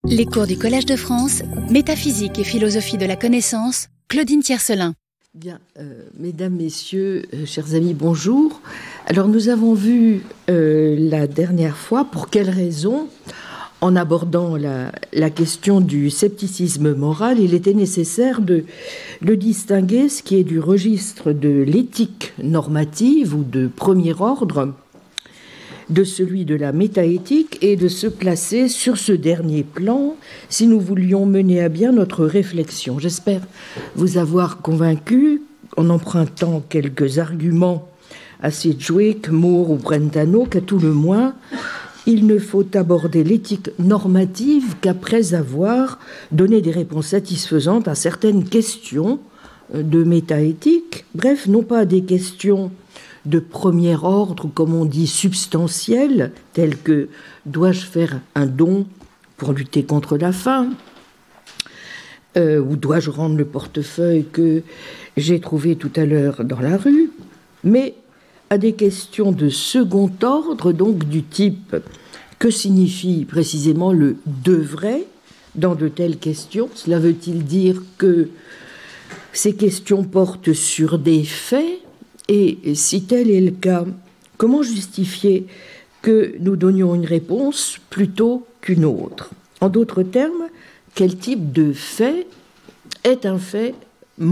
Les cours du Collège de France, Métaphysique et philosophie de la connaissance, Claudine Tiercelin. Bien, mesdames, messieurs, chers amis, bonjour. Alors nous avons vu la dernière fois pour quelles raisons, en abordant la question du scepticisme moral, il était nécessaire de distinguer ce qui est du registre de l'éthique normative ou de premier ordre, de celui de la métaéthique, et de se placer sur ce dernier plan si nous voulions mener à bien notre réflexion. J'espère vous avoir convaincu, en empruntant quelques arguments à Sidgwick, Moore ou Brentano, qu'à tout le moins, il ne faut aborder l'éthique normative qu'après avoir donné des réponses satisfaisantes à certaines questions de métaéthique, bref, non pas des questions de premier ordre, comme on dit, substantielles, telles que « dois-je faire un don pour lutter contre la faim ?» ou « dois-je rendre le portefeuille que j'ai trouvé tout à l'heure dans la rue ?» mais à des questions de second ordre, donc du type « que signifie précisément le « devrait » dans de telles questions ? Cela veut-il dire que ces questions portent sur des faits ? Et si tel est le cas, comment justifier que nous donnions une réponse plutôt qu'une autre ? En d'autres termes, quel type de fait est un fait moral ?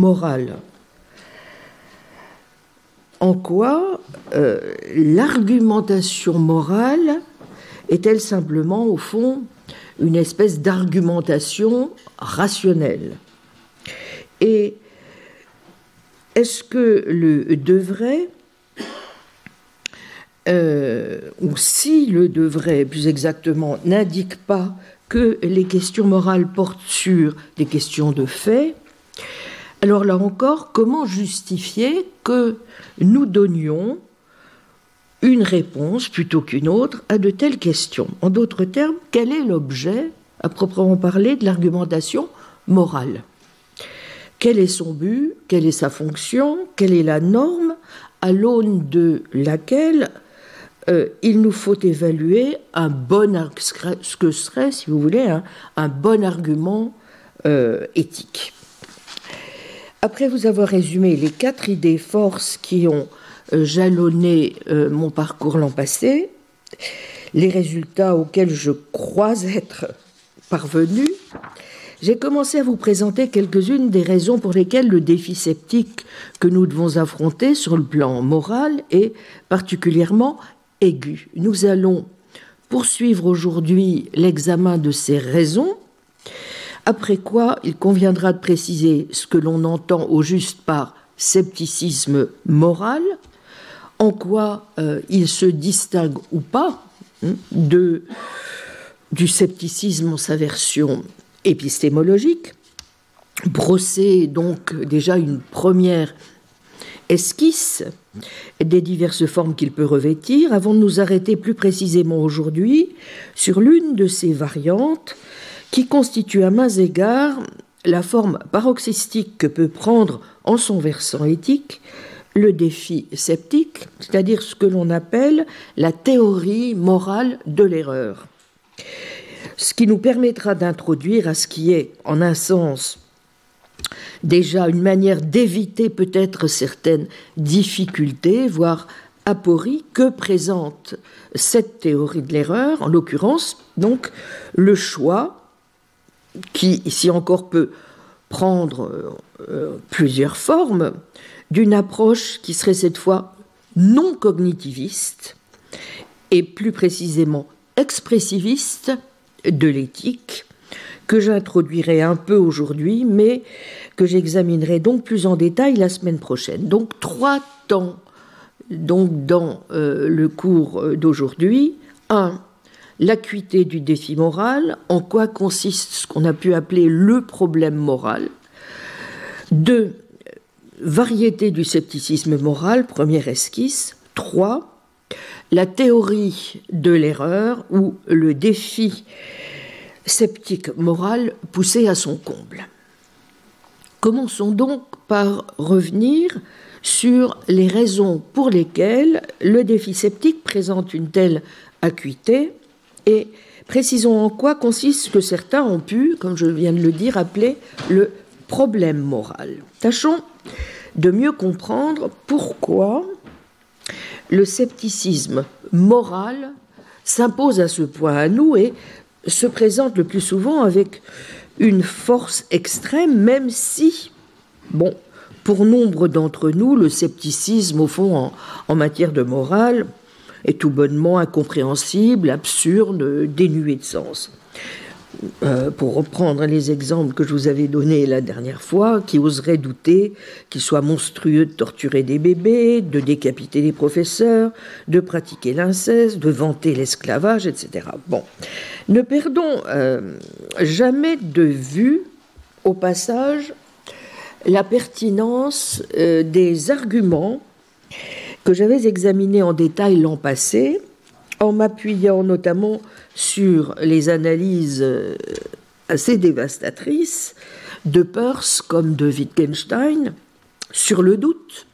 En quoi l'argumentation morale est-elle simplement, au fond, une espèce d'argumentation rationnelle ? Et est-ce que le devrait, ou si le devrait, plus exactement, n'indique pas que les questions morales portent sur des questions de fait, alors là encore, comment justifier que nous donnions une réponse plutôt qu'une autre à de telles questions ? En d'autres termes, quel est l'objet, à proprement parler, de l'argumentation morale ? Quel est son but ? Quelle est sa fonction ? Quelle est la norme à l'aune de laquelle il nous faut évaluer ce que serait, si vous voulez, un bon argument éthique ? Après vous avoir résumé les 4 idées forces qui ont jalonné mon parcours l'an passé, les résultats auxquels je crois être parvenu, j'ai commencé à vous présenter quelques-unes des raisons pour lesquelles le défi sceptique que nous devons affronter sur le plan moral est particulièrement aigu. Nous allons poursuivre aujourd'hui l'examen de ces raisons, après quoi il conviendra de préciser ce que l'on entend au juste par scepticisme moral, en quoi il se distingue ou pas du scepticisme en sa version épistémologique, brosser donc déjà une première esquisse des diverses formes qu'il peut revêtir, avant de nous arrêter plus précisément aujourd'hui sur l'une de ces variantes qui constitue à mains égards la forme paroxystique que peut prendre en son versant éthique le défi sceptique, c'est-à-dire ce que l'on appelle la théorie morale de l'erreur. Ce qui nous permettra d'introduire à ce qui est, en un sens, déjà une manière d'éviter peut-être certaines difficultés, voire apories, que présente cette théorie de l'erreur, en l'occurrence, donc, le choix, qui ici encore peut prendre plusieurs formes, d'une approche qui serait cette fois non cognitiviste, et plus précisément expressiviste, de l'éthique, que j'introduirai un peu aujourd'hui, mais que j'examinerai donc plus en détail la semaine prochaine. Donc 3 temps donc, dans le cours d'aujourd'hui. 1. L'acuité du défi moral, en quoi consiste ce qu'on a pu appeler le problème moral. 2. Variété du scepticisme moral, première esquisse. 3. La théorie de l'erreur ou le défi sceptique moral poussé à son comble. Commençons donc par revenir sur les raisons pour lesquelles le défi sceptique présente une telle acuité et précisons en quoi consiste ce que certains ont pu, comme je viens de le dire, appeler le problème moral. Tâchons de mieux comprendre pourquoi le scepticisme moral s'impose à ce point à nous et se présente le plus souvent avec une force extrême, même si, bon, pour nombre d'entre nous, le scepticisme, au fond, en matière de morale, est tout bonnement incompréhensible, absurde, dénué de sens. Pour reprendre les exemples que je vous avais donnés la dernière fois, qui oserait douter qu'il soit monstrueux de torturer des bébés, de décapiter des professeurs, de pratiquer l'inceste, de vanter l'esclavage, etc. Bon, ne perdons jamais de vue, au passage, la pertinence des arguments que j'avais examinés en détail l'an passé, en m'appuyant notamment sur les analyses assez dévastatrices de Peirce comme de Wittgenstein sur le doute,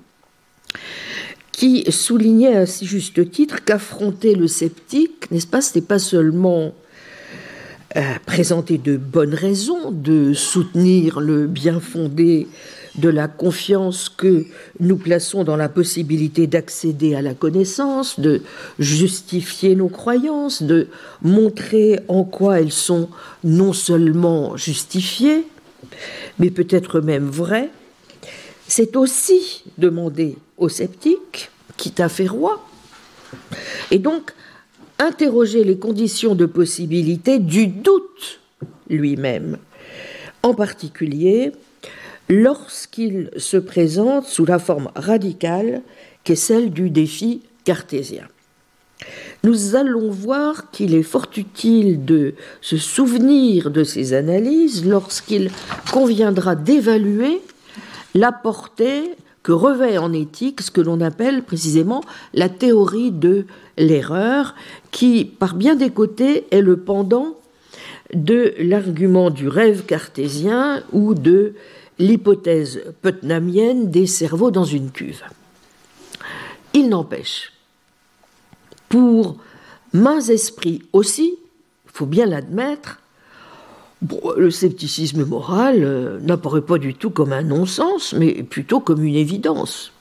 qui soulignait à si juste titre qu'affronter le sceptique, n'est-ce pas, ce n'est pas seulement présenter de bonnes raisons de soutenir le bien fondé de la confiance que nous plaçons dans la possibilité d'accéder à la connaissance, de justifier nos croyances, de montrer en quoi elles sont non seulement justifiées, mais peut-être même vraies. C'est aussi demander au sceptique qui t'a fait roi, et donc interroger les conditions de possibilité du doute lui-même, en particulier lorsqu'il se présente sous la forme radicale qu'est celle du défi cartésien. Nous allons voir qu'il est fort utile de se souvenir de ces analyses lorsqu'il conviendra d'évaluer la portée que revêt en éthique ce que l'on appelle précisément la théorie de l'erreur, qui, par bien des côtés, est le pendant de l'argument du rêve cartésien ou de l'hypothèse putnamienne des cerveaux dans une cuve. Il n'empêche, pour mains esprits aussi, il faut bien l'admettre, le scepticisme moral n'apparaît pas du tout comme un non-sens, mais plutôt comme une évidence.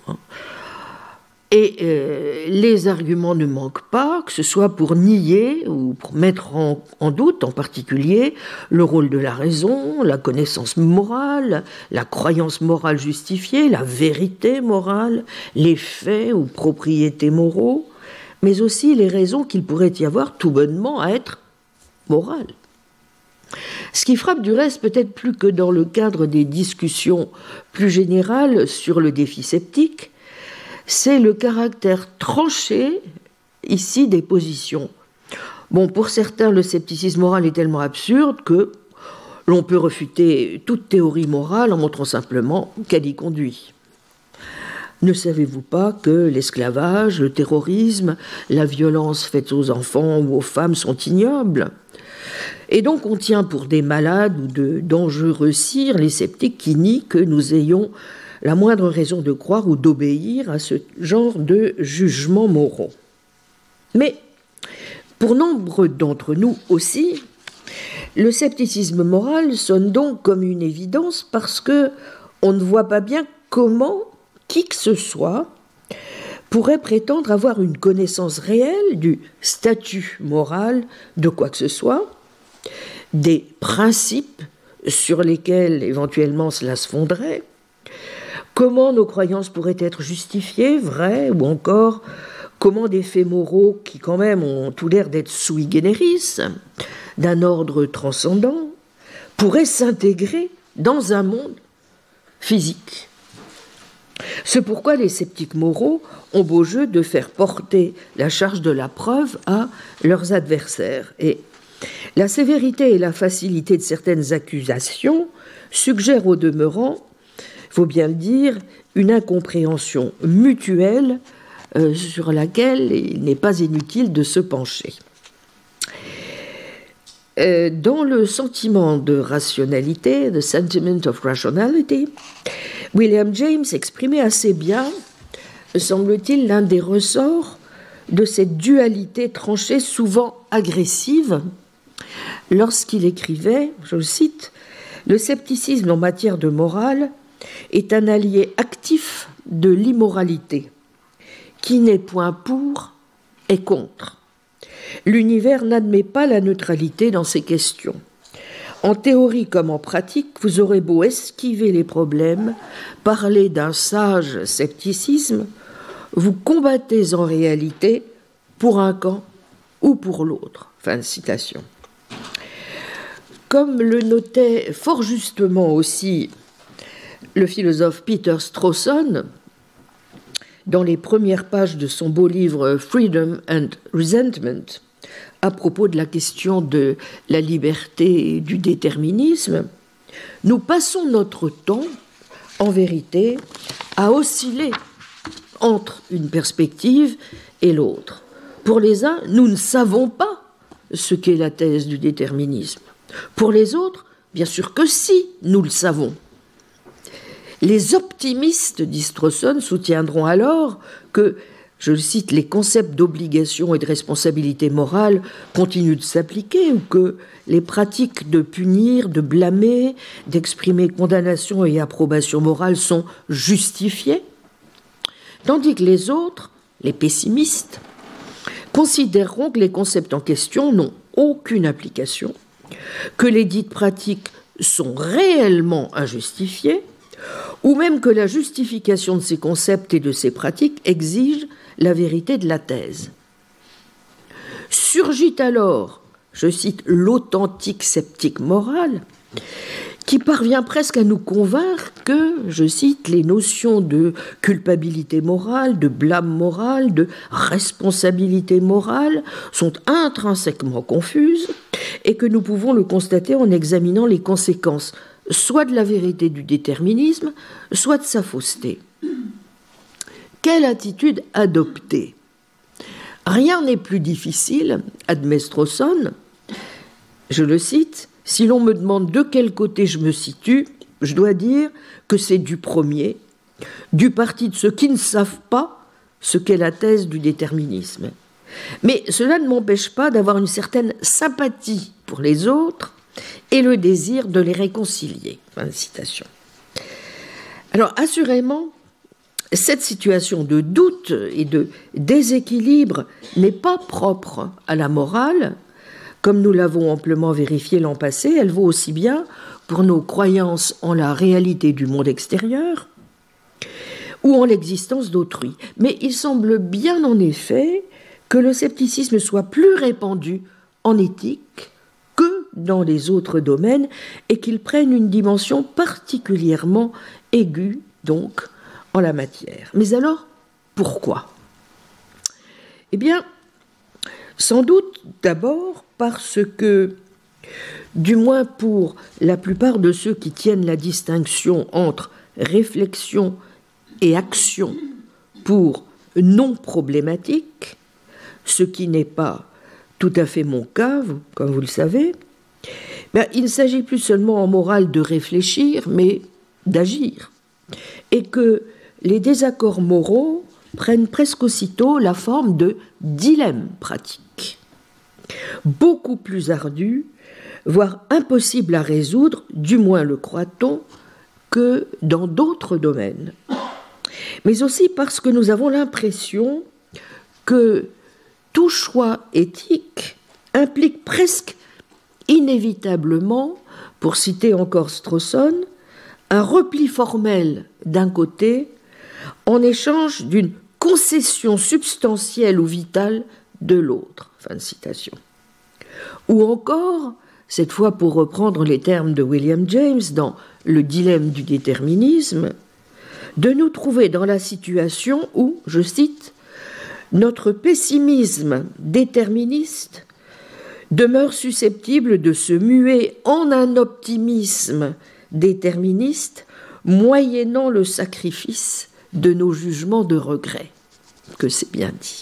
Et les arguments ne manquent pas, que ce soit pour nier ou pour mettre en doute, en particulier, le rôle de la raison, la connaissance morale, la croyance morale justifiée, la vérité morale, les faits ou propriétés moraux, mais aussi les raisons qu'il pourrait y avoir tout bonnement à être morales. Ce qui frappe du reste, peut-être plus que dans le cadre des discussions plus générales sur le défi sceptique, c'est le caractère tranché, ici, des positions. Bon, pour certains, le scepticisme moral est tellement absurde que l'on peut refuter toute théorie morale en montrant simplement qu'elle y conduit. Ne savez-vous pas que l'esclavage, le terrorisme, la violence faite aux enfants ou aux femmes sont ignobles ? Et donc on tient pour des malades ou de dangereux cires les sceptiques qui nient que nous ayons la moindre raison de croire ou d'obéir à ce genre de jugements moraux. Mais pour nombre d'entre nous aussi, le scepticisme moral sonne donc comme une évidence parce que on ne voit pas bien comment qui que ce soit pourrait prétendre avoir une connaissance réelle du statut moral de quoi que ce soit, des principes sur lesquels éventuellement cela se fonderait, comment nos croyances pourraient être justifiées, vraies, ou encore comment des faits moraux qui quand même ont tout l'air d'être sui generis, d'un ordre transcendant, pourraient s'intégrer dans un monde physique. C'est pourquoi les sceptiques moraux ont beau jeu de faire porter la charge de la preuve à leurs adversaires. Et la sévérité et la facilité de certaines accusations suggèrent au demeurant, il faut bien le dire, une incompréhension mutuelle sur laquelle il n'est pas inutile de se pencher. Dans le sentiment de rationalité, the sentiment of rationality, William James exprimait assez bien, semble-t-il, l'un des ressorts de cette dualité tranchée, souvent agressive, lorsqu'il écrivait, je le cite, « Le scepticisme en matière de morale est un allié actif de l'immoralité, qui n'est point pour et contre. L'univers n'admet pas la neutralité dans ces questions. En théorie comme en pratique, vous aurez beau esquiver les problèmes, parler d'un sage scepticisme, vous combattez en réalité pour un camp ou pour l'autre. » Fin de citation. Comme le notait fort justement aussi le philosophe Peter Strawson, dans les premières pages de son beau livre Freedom and Resentment, à propos de la question de la liberté et du déterminisme, nous passons notre temps, en vérité, à osciller entre une perspective et l'autre. Pour les uns, nous ne savons pas ce qu'est la thèse du déterminisme. Pour les autres, bien sûr que si, nous le savons. Les optimistes, dit Strawson, soutiendront alors que, je le cite, les concepts d'obligation et de responsabilité morale continuent de s'appliquer ou que les pratiques de punir, de blâmer, d'exprimer condamnation et approbation morale sont justifiées, tandis que les autres, les pessimistes, considéreront que les concepts en question n'ont aucune application, que les dites pratiques sont réellement injustifiées, ou même que la justification de ces concepts et de ces pratiques exige la vérité de la thèse. Surgit alors, je cite, l'authentique sceptique moral, qui parvient presque à nous convaincre que, je cite, les notions de culpabilité morale, de blâme moral, de responsabilité morale sont intrinsèquement confuses et que nous pouvons le constater en examinant les conséquences soit de la vérité du déterminisme, soit de sa fausseté. Quelle attitude adopter ? Rien n'est plus difficile, admet Strawson, je le cite, « Si l'on me demande de quel côté je me situe, je dois dire que c'est du premier, du parti de ceux qui ne savent pas ce qu'est la thèse du déterminisme. Mais cela ne m'empêche pas d'avoir une certaine sympathie pour les autres et le désir de les réconcilier. » Fin de citation. Alors, assurément, cette situation de doute et de déséquilibre n'est pas propre à la morale. Comme nous l'avons amplement vérifié l'an passé, elle vaut aussi bien pour nos croyances en la réalité du monde extérieur ou en l'existence d'autrui. Mais il semble bien en effet que le scepticisme soit plus répandu en éthique que dans les autres domaines et qu'il prenne une dimension particulièrement aiguë, donc, en la matière. Mais alors, pourquoi ? Eh bien, sans doute d'abord parce que, du moins pour la plupart de ceux qui tiennent la distinction entre réflexion et action pour non problématique, ce qui n'est pas tout à fait mon cas, comme vous le savez, il ne s'agit plus seulement en morale de réfléchir, mais d'agir. Et que les désaccords moraux prennent presque aussitôt la forme de dilemmes pratiques, beaucoup plus ardus, voire impossibles à résoudre, du moins le croit-on, que dans d'autres domaines. Mais aussi parce que nous avons l'impression que tout choix éthique implique presque inévitablement, pour citer encore Strawson, un repli formel d'un côté en échange d'une concession substantielle ou vitale de l'autre. Fin de citation. Ou encore, cette fois pour reprendre les termes de William James dans Le dilemme du déterminisme, de nous trouver dans la situation où, je cite, « notre pessimisme déterministe demeure susceptible de se muer en un optimisme déterministe, moyennant le sacrifice de nos jugements de regret. » Que c'est bien dit.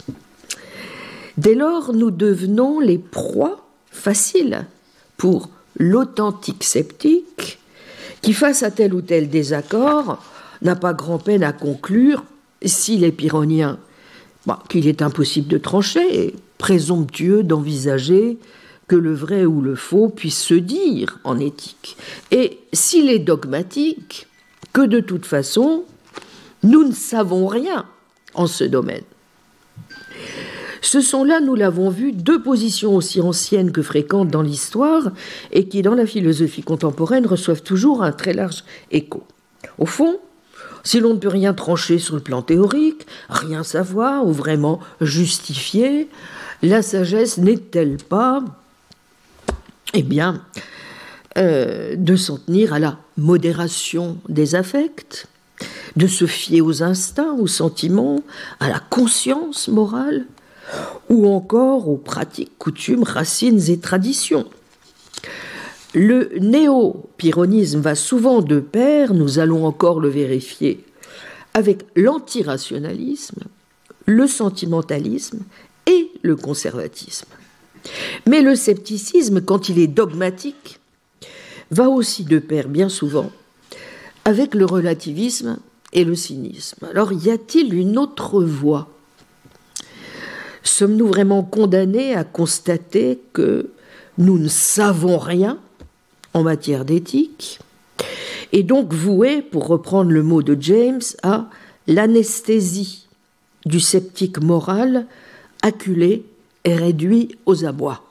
Dès lors, nous devenons les proies faciles pour l'authentique sceptique qui, face à tel ou tel désaccord, n'a pas grand-peine à conclure, s'il est pyrrhonien, qu'il est impossible de trancher et présomptueux d'envisager que le vrai ou le faux puisse se dire en éthique. Et s'il est dogmatique, que de toute façon, nous ne savons rien en ce domaine. Ce sont là, nous l'avons vu, deux positions aussi anciennes que fréquentes dans l'histoire et qui, dans la philosophie contemporaine, reçoivent toujours un très large écho. Au fond, si l'on ne peut rien trancher sur le plan théorique, rien savoir ou vraiment justifier, la sagesse n'est-elle pas, de s'en tenir à la modération des affects, de se fier aux instincts, aux sentiments, à la conscience morale, ou encore aux pratiques, coutumes, racines et traditions. Le néo-pyrrhonisme va souvent de pair, nous allons encore le vérifier, avec l'antirationalisme, le sentimentalisme et le conservatisme. Mais le scepticisme, quand il est dogmatique, va aussi de pair bien souvent avec le relativisme et le cynisme. Alors, y a-t-il une autre voie ? Sommes-nous vraiment condamnés à constater que nous ne savons rien en matière d'éthique et donc voués, pour reprendre le mot de James, à l'anesthésie du sceptique moral acculé et réduit aux abois.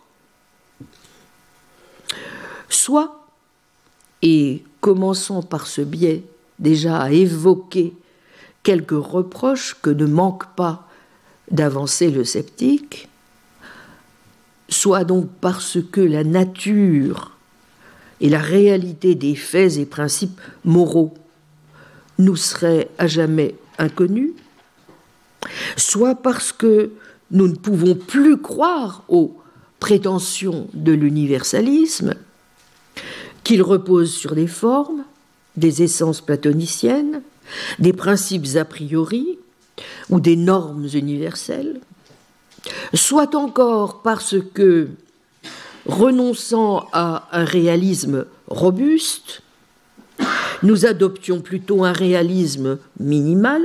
Soit, et commençons par ce biais déjà à évoquer quelques reproches que ne manque pas d'avancer le sceptique, soit donc parce que la nature et la réalité des faits et principes moraux nous seraient à jamais inconnus, soit parce que nous ne pouvons plus croire aux prétentions de l'universalisme, qu'il repose sur des formes, des essences platoniciennes, des principes a priori ou des normes universelles, soit encore parce que, renonçant à un réalisme robuste, nous adoptions plutôt un réalisme minimal,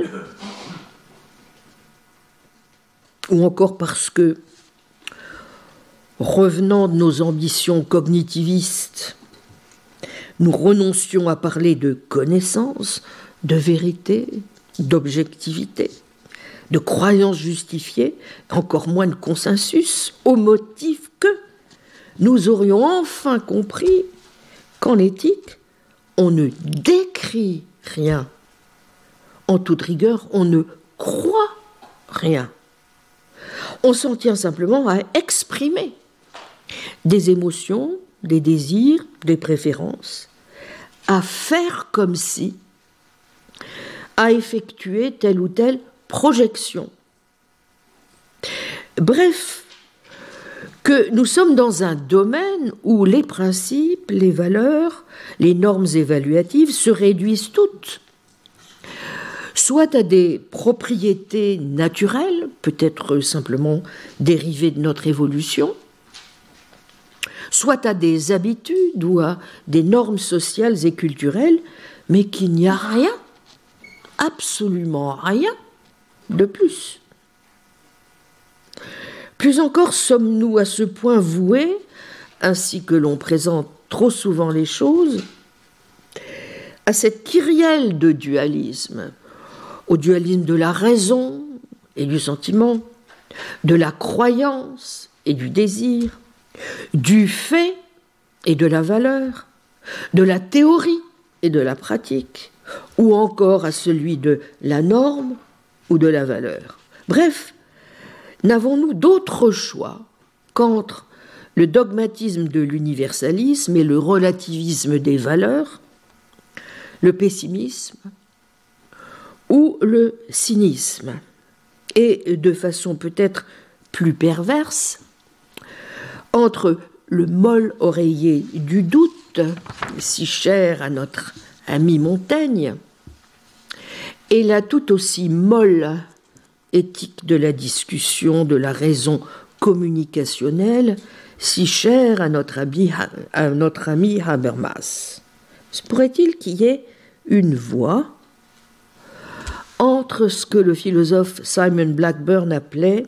ou encore parce que, revenant de nos ambitions cognitivistes, nous renoncions à parler de connaissance, de vérité, d'objectivité, de croyances justifiées, encore moins de consensus, au motif que nous aurions enfin compris qu'en éthique, on ne décrit rien. En toute rigueur, on ne croit rien. On s'en tient simplement à exprimer des émotions, des désirs, des préférences, à faire comme si, à effectuer telle ou telle projection. Bref, que nous sommes dans un domaine où les principes, les valeurs, les normes évaluatives se réduisent toutes, soit à des propriétés naturelles, peut-être simplement dérivées de notre évolution, soit à des habitudes ou à des normes sociales et culturelles, mais qu'il n'y a rien, absolument rien de plus. Plus encore, sommes-nous à ce point voués, ainsi que l'on présente trop souvent les choses, à cette kyrielle de dualisme, au dualisme de la raison et du sentiment, de la croyance et du désir, du fait et de la valeur, de la théorie et de la pratique, ou encore à celui de la norme ou de la valeur. Bref, n'avons-nous d'autre choix qu'entre le dogmatisme de l'universalisme et le relativisme des valeurs, le pessimisme ou le cynisme, et de façon peut-être plus perverse, entre le molle oreiller du doute, si cher à notre ami Montaigne, et la tout aussi molle éthique de la discussion, de la raison communicationnelle, si chère à notre ami Habermas. Se pourrait-il qu'il y ait une voie entre ce que le philosophe Simon Blackburn appelait,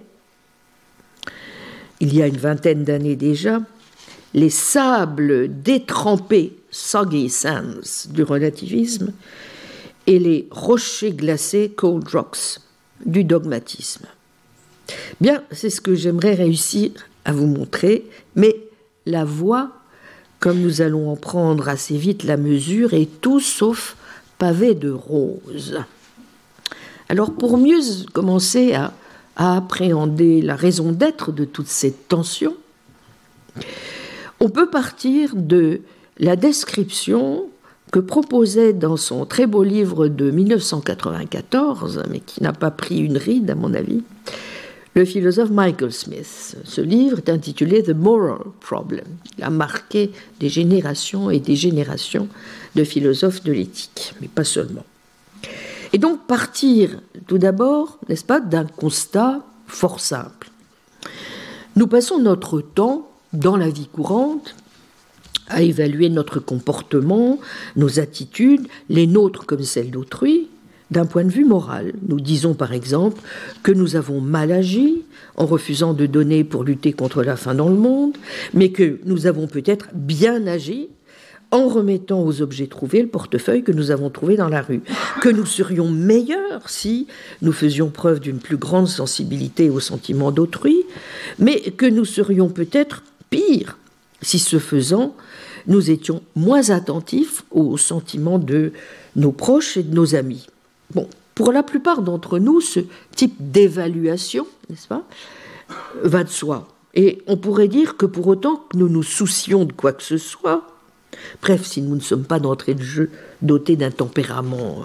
il y a une vingtaine d'années déjà, les sables détrempés, soggy sands, du relativisme, et les rochers glacés, cold rocks, du dogmatisme. Bien, c'est ce que j'aimerais réussir à vous montrer, mais la voie, comme nous allons en prendre assez vite la mesure, est tout sauf pavée de roses. Alors, pour mieux commencer à appréhender la raison d'être de toute cette tension, on peut partir de la description que proposait dans son très beau livre de 1994, mais qui n'a pas pris une ride à mon avis, le philosophe Michael Smith. Ce livre est intitulé The Moral Problem. Il a marqué des générations et des générations de philosophes de l'éthique, mais pas seulement. Et donc partir tout d'abord, n'est-ce pas, d'un constat fort simple. Nous passons notre temps dans la vie courante à évaluer notre comportement, nos attitudes, les nôtres comme celles d'autrui, d'un point de vue moral. Nous disons par exemple que nous avons mal agi en refusant de donner pour lutter contre la faim dans le monde, mais que nous avons peut-être bien agi en remettant aux objets trouvés le portefeuille que nous avons trouvé dans la rue, que nous serions meilleurs si nous faisions preuve d'une plus grande sensibilité aux sentiments d'autrui, mais que nous serions peut-être pires si, ce faisant, nous étions moins attentifs aux sentiments de nos proches et de nos amis. Bon, pour la plupart d'entre nous, ce type d'évaluation, n'est-ce pas, va de soi. Et on pourrait dire que pour autant que nous nous soucions de quoi que ce soit, bref, si nous ne sommes pas d'entrée de jeu dotés d'un tempérament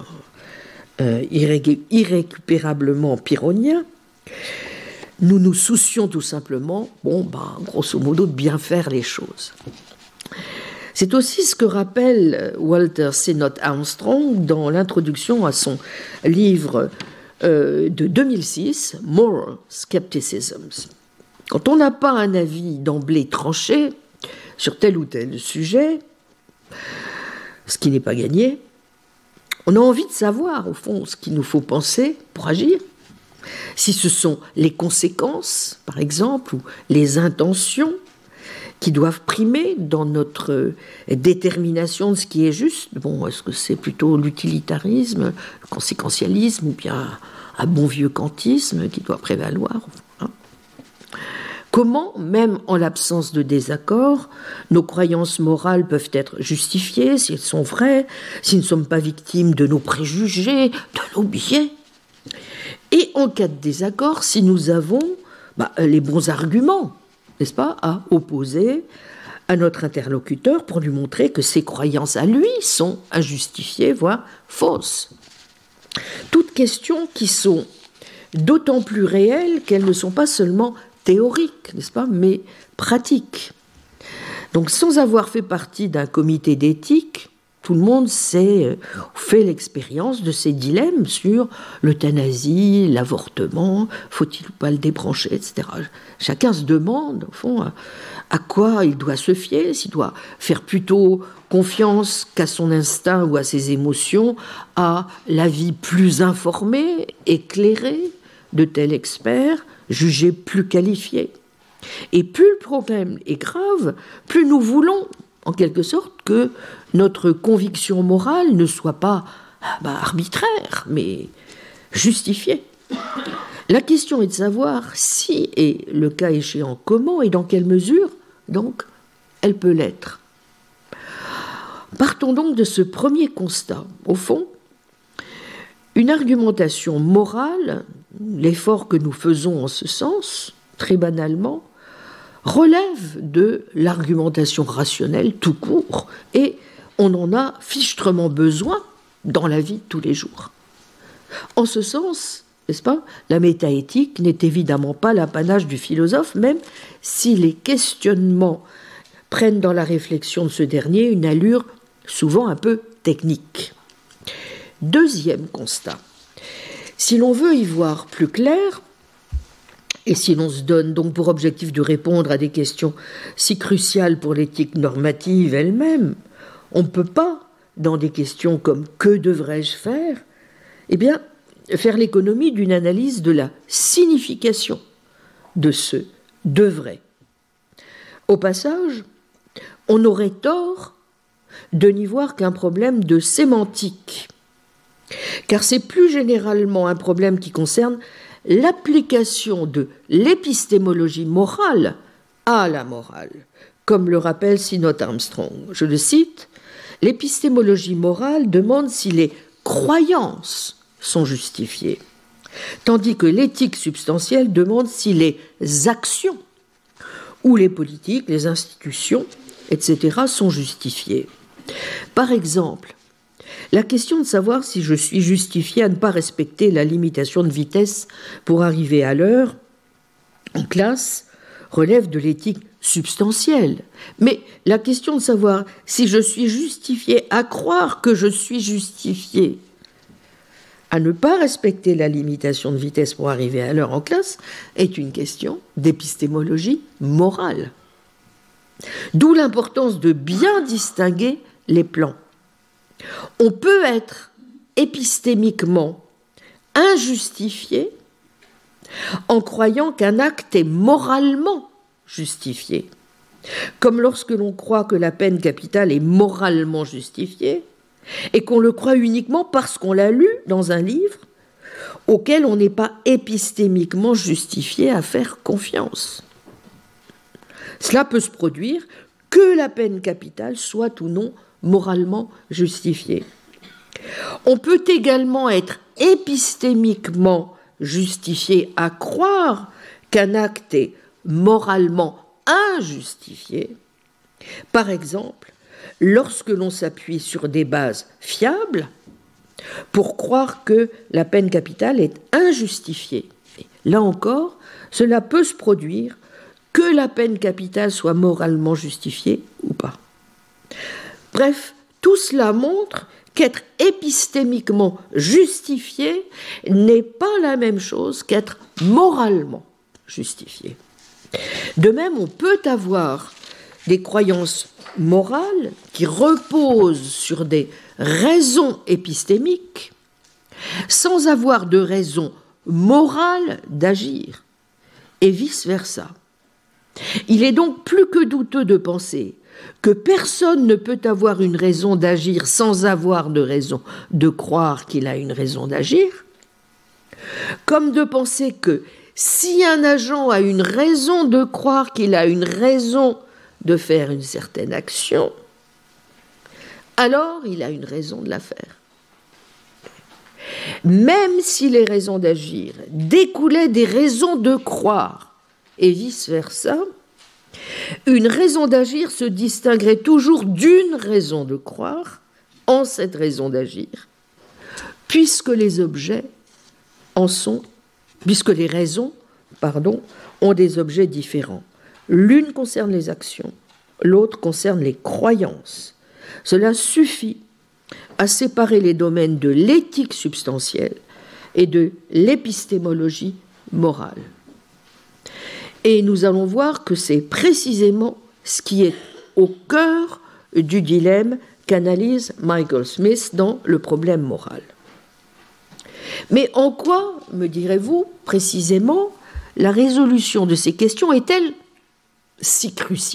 irrécupérablement pyrrhonien, nous nous soucions tout simplement, grosso modo, de bien faire les choses. C'est aussi ce que rappelle Walter Sinnott Armstrong dans l'introduction à son livre de 2006, Moral Skepticisms. Quand on n'a pas un avis d'emblée tranché sur tel ou tel sujet, ce qui n'est pas gagné, on a envie de savoir, au fond, ce qu'il nous faut penser pour agir. Si ce sont les conséquences, par exemple, ou les intentions qui doivent primer dans notre détermination de ce qui est juste. Bon, est-ce que c'est plutôt l'utilitarisme, le conséquentialisme, ou bien un bon vieux kantisme qui doit prévaloir, hein ? Comment, même en l'absence de désaccord, nos croyances morales peuvent être justifiées, si elles sont vraies, si nous ne sommes pas victimes de nos préjugés, de nos biais. Et en cas de désaccord, si nous avons les bons arguments, n'est-ce pas, à opposer à notre interlocuteur pour lui montrer que ses croyances à lui sont injustifiées, voire fausses. Toutes questions qui sont d'autant plus réelles qu'elles ne sont pas seulement théoriques, n'est-ce pas, mais pratiques. Donc, sans avoir fait partie d'un comité d'éthique, tout le monde fait l'expérience de ces dilemmes sur l'euthanasie, l'avortement, faut-il ou pas le débrancher, etc. Chacun se demande, au fond, à quoi il doit se fier, s'il doit faire plutôt confiance qu'à son instinct ou à ses émotions, à l'avis plus informé, éclairé de tel expert, jugé plus qualifié. Et plus le problème est grave, plus nous voulons, en quelque sorte, que notre conviction morale ne soit pas arbitraire, mais justifiée. La question est de savoir si, et le cas échéant comment, et dans quelle mesure, donc, elle peut l'être. Partons donc de ce premier constat. Au fond, une argumentation morale, l'effort que nous faisons en ce sens, très banalement, relève de l'argumentation rationnelle tout court, et on en a fichtrement besoin dans la vie de tous les jours. En ce sens, n'est-ce pas, la métaéthique n'est évidemment pas l'apanage du philosophe, même si les questionnements prennent dans la réflexion de ce dernier une allure souvent un peu technique. Deuxième constat. Si l'on veut y voir plus clair, et si l'on se donne donc pour objectif de répondre à des questions si cruciales pour l'éthique normative elle-même, on ne peut pas, dans des questions comme « que devrais-je faire ?», eh bien, faire l'économie d'une analyse de la signification de ce devrait. Au passage, on aurait tort de n'y voir qu'un problème de sémantique, car c'est plus généralement un problème qui concerne l'application de l'épistémologie morale à la morale, comme le rappelle Synod Armstrong. Je le cite, « L'épistémologie morale demande si les croyances sont justifiées, tandis que l'éthique substantielle demande si les actions ou les politiques, les institutions, etc. sont justifiées. Par exemple, la question de savoir si je suis justifié à ne pas respecter la limitation de vitesse pour arriver à l'heure en classe relève de l'éthique substantielle. Mais la question de savoir si je suis justifié à croire que je suis justifié à ne pas respecter la limitation de vitesse pour arriver à l'heure en classe est une question d'épistémologie morale. D'où l'importance de bien distinguer les plans. On peut être épistémiquement injustifié en croyant qu'un acte est moralement justifié, comme lorsque l'on croit que la peine capitale est moralement justifiée et qu'on le croit uniquement parce qu'on l'a lu dans un livre auquel on n'est pas épistémiquement justifié à faire confiance. Cela peut se produire que la peine capitale soit ou non moralement justifiée. On peut également être épistémiquement justifié à croire qu'un acte est moralement injustifié, par exemple, lorsque l'on s'appuie sur des bases fiables pour croire que la peine capitale est injustifiée. Là encore, cela peut se produire que la peine capitale soit moralement justifiée ou pas. Bref, tout cela montre qu'être épistémiquement justifié n'est pas la même chose qu'être moralement justifié. De même, on peut avoir des croyances morales qui reposent sur des raisons épistémiques sans avoir de raison morale d'agir, et vice-versa. Il est donc plus que douteux de penser que personne ne peut avoir une raison d'agir sans avoir de raison de croire qu'il a une raison d'agir, comme de penser que si un agent a une raison de croire qu'il a une raison de faire une certaine action, alors il a une raison de la faire. Même si les raisons d'agir découlaient des raisons de croire, et vice-versa, une raison d'agir se distinguerait toujours d'une raison de croire en cette raison d'agir, puisque les raisons, ont des objets différents. L'une concerne les actions, l'autre concerne les croyances. Cela suffit à séparer les domaines de l'éthique substantielle et de l'épistémologie morale. Et nous allons voir que c'est précisément ce qui est au cœur du dilemme qu'analyse Michael Smith dans Le problème moral. Mais en quoi, me direz-vous, précisément, la résolution de ces questions est-elle si cruciale ?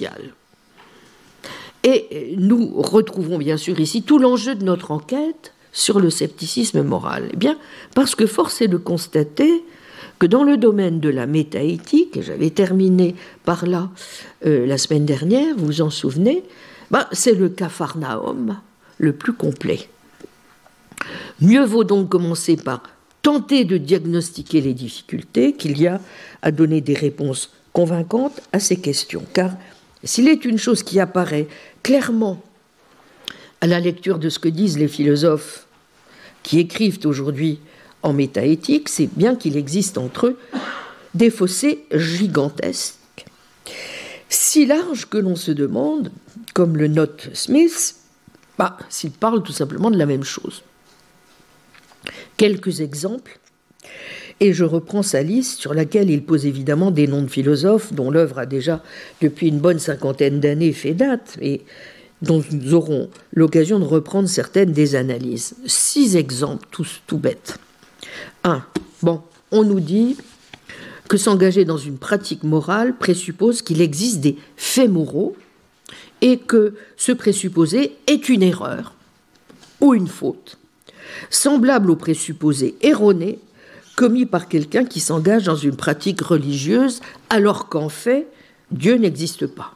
Et nous retrouvons bien sûr ici tout l'enjeu de notre enquête sur le scepticisme moral. Eh bien, parce que force est de constater que dans le domaine de la métaéthique, et j'avais terminé par là la semaine dernière, vous vous en souvenez, c'est le capharnaüm le plus complet. Mieux vaut donc commencer par tenter de diagnostiquer les difficultés qu'il y a à donner des réponses convaincantes à ces questions. Car s'il est une chose qui apparaît clairement à la lecture de ce que disent les philosophes qui écrivent aujourd'hui en métaéthique, c'est bien qu'il existe entre eux des fossés gigantesques, si larges que l'on se demande, comme le note Smith, s'ils parlent tout simplement de la même chose. Quelques exemples, et je reprends sa liste sur laquelle il pose évidemment des noms de philosophes dont l'œuvre a déjà, depuis une bonne 50aine d'années, fait date, et dont nous aurons l'occasion de reprendre certaines des analyses. 6 exemples, tous tout bêtes. 1. Bon, on nous dit que s'engager dans une pratique morale présuppose qu'il existe des faits moraux et que ce présupposé est une erreur ou une faute, semblable au présupposé erroné commis par quelqu'un qui s'engage dans une pratique religieuse alors qu'en fait, Dieu n'existe pas.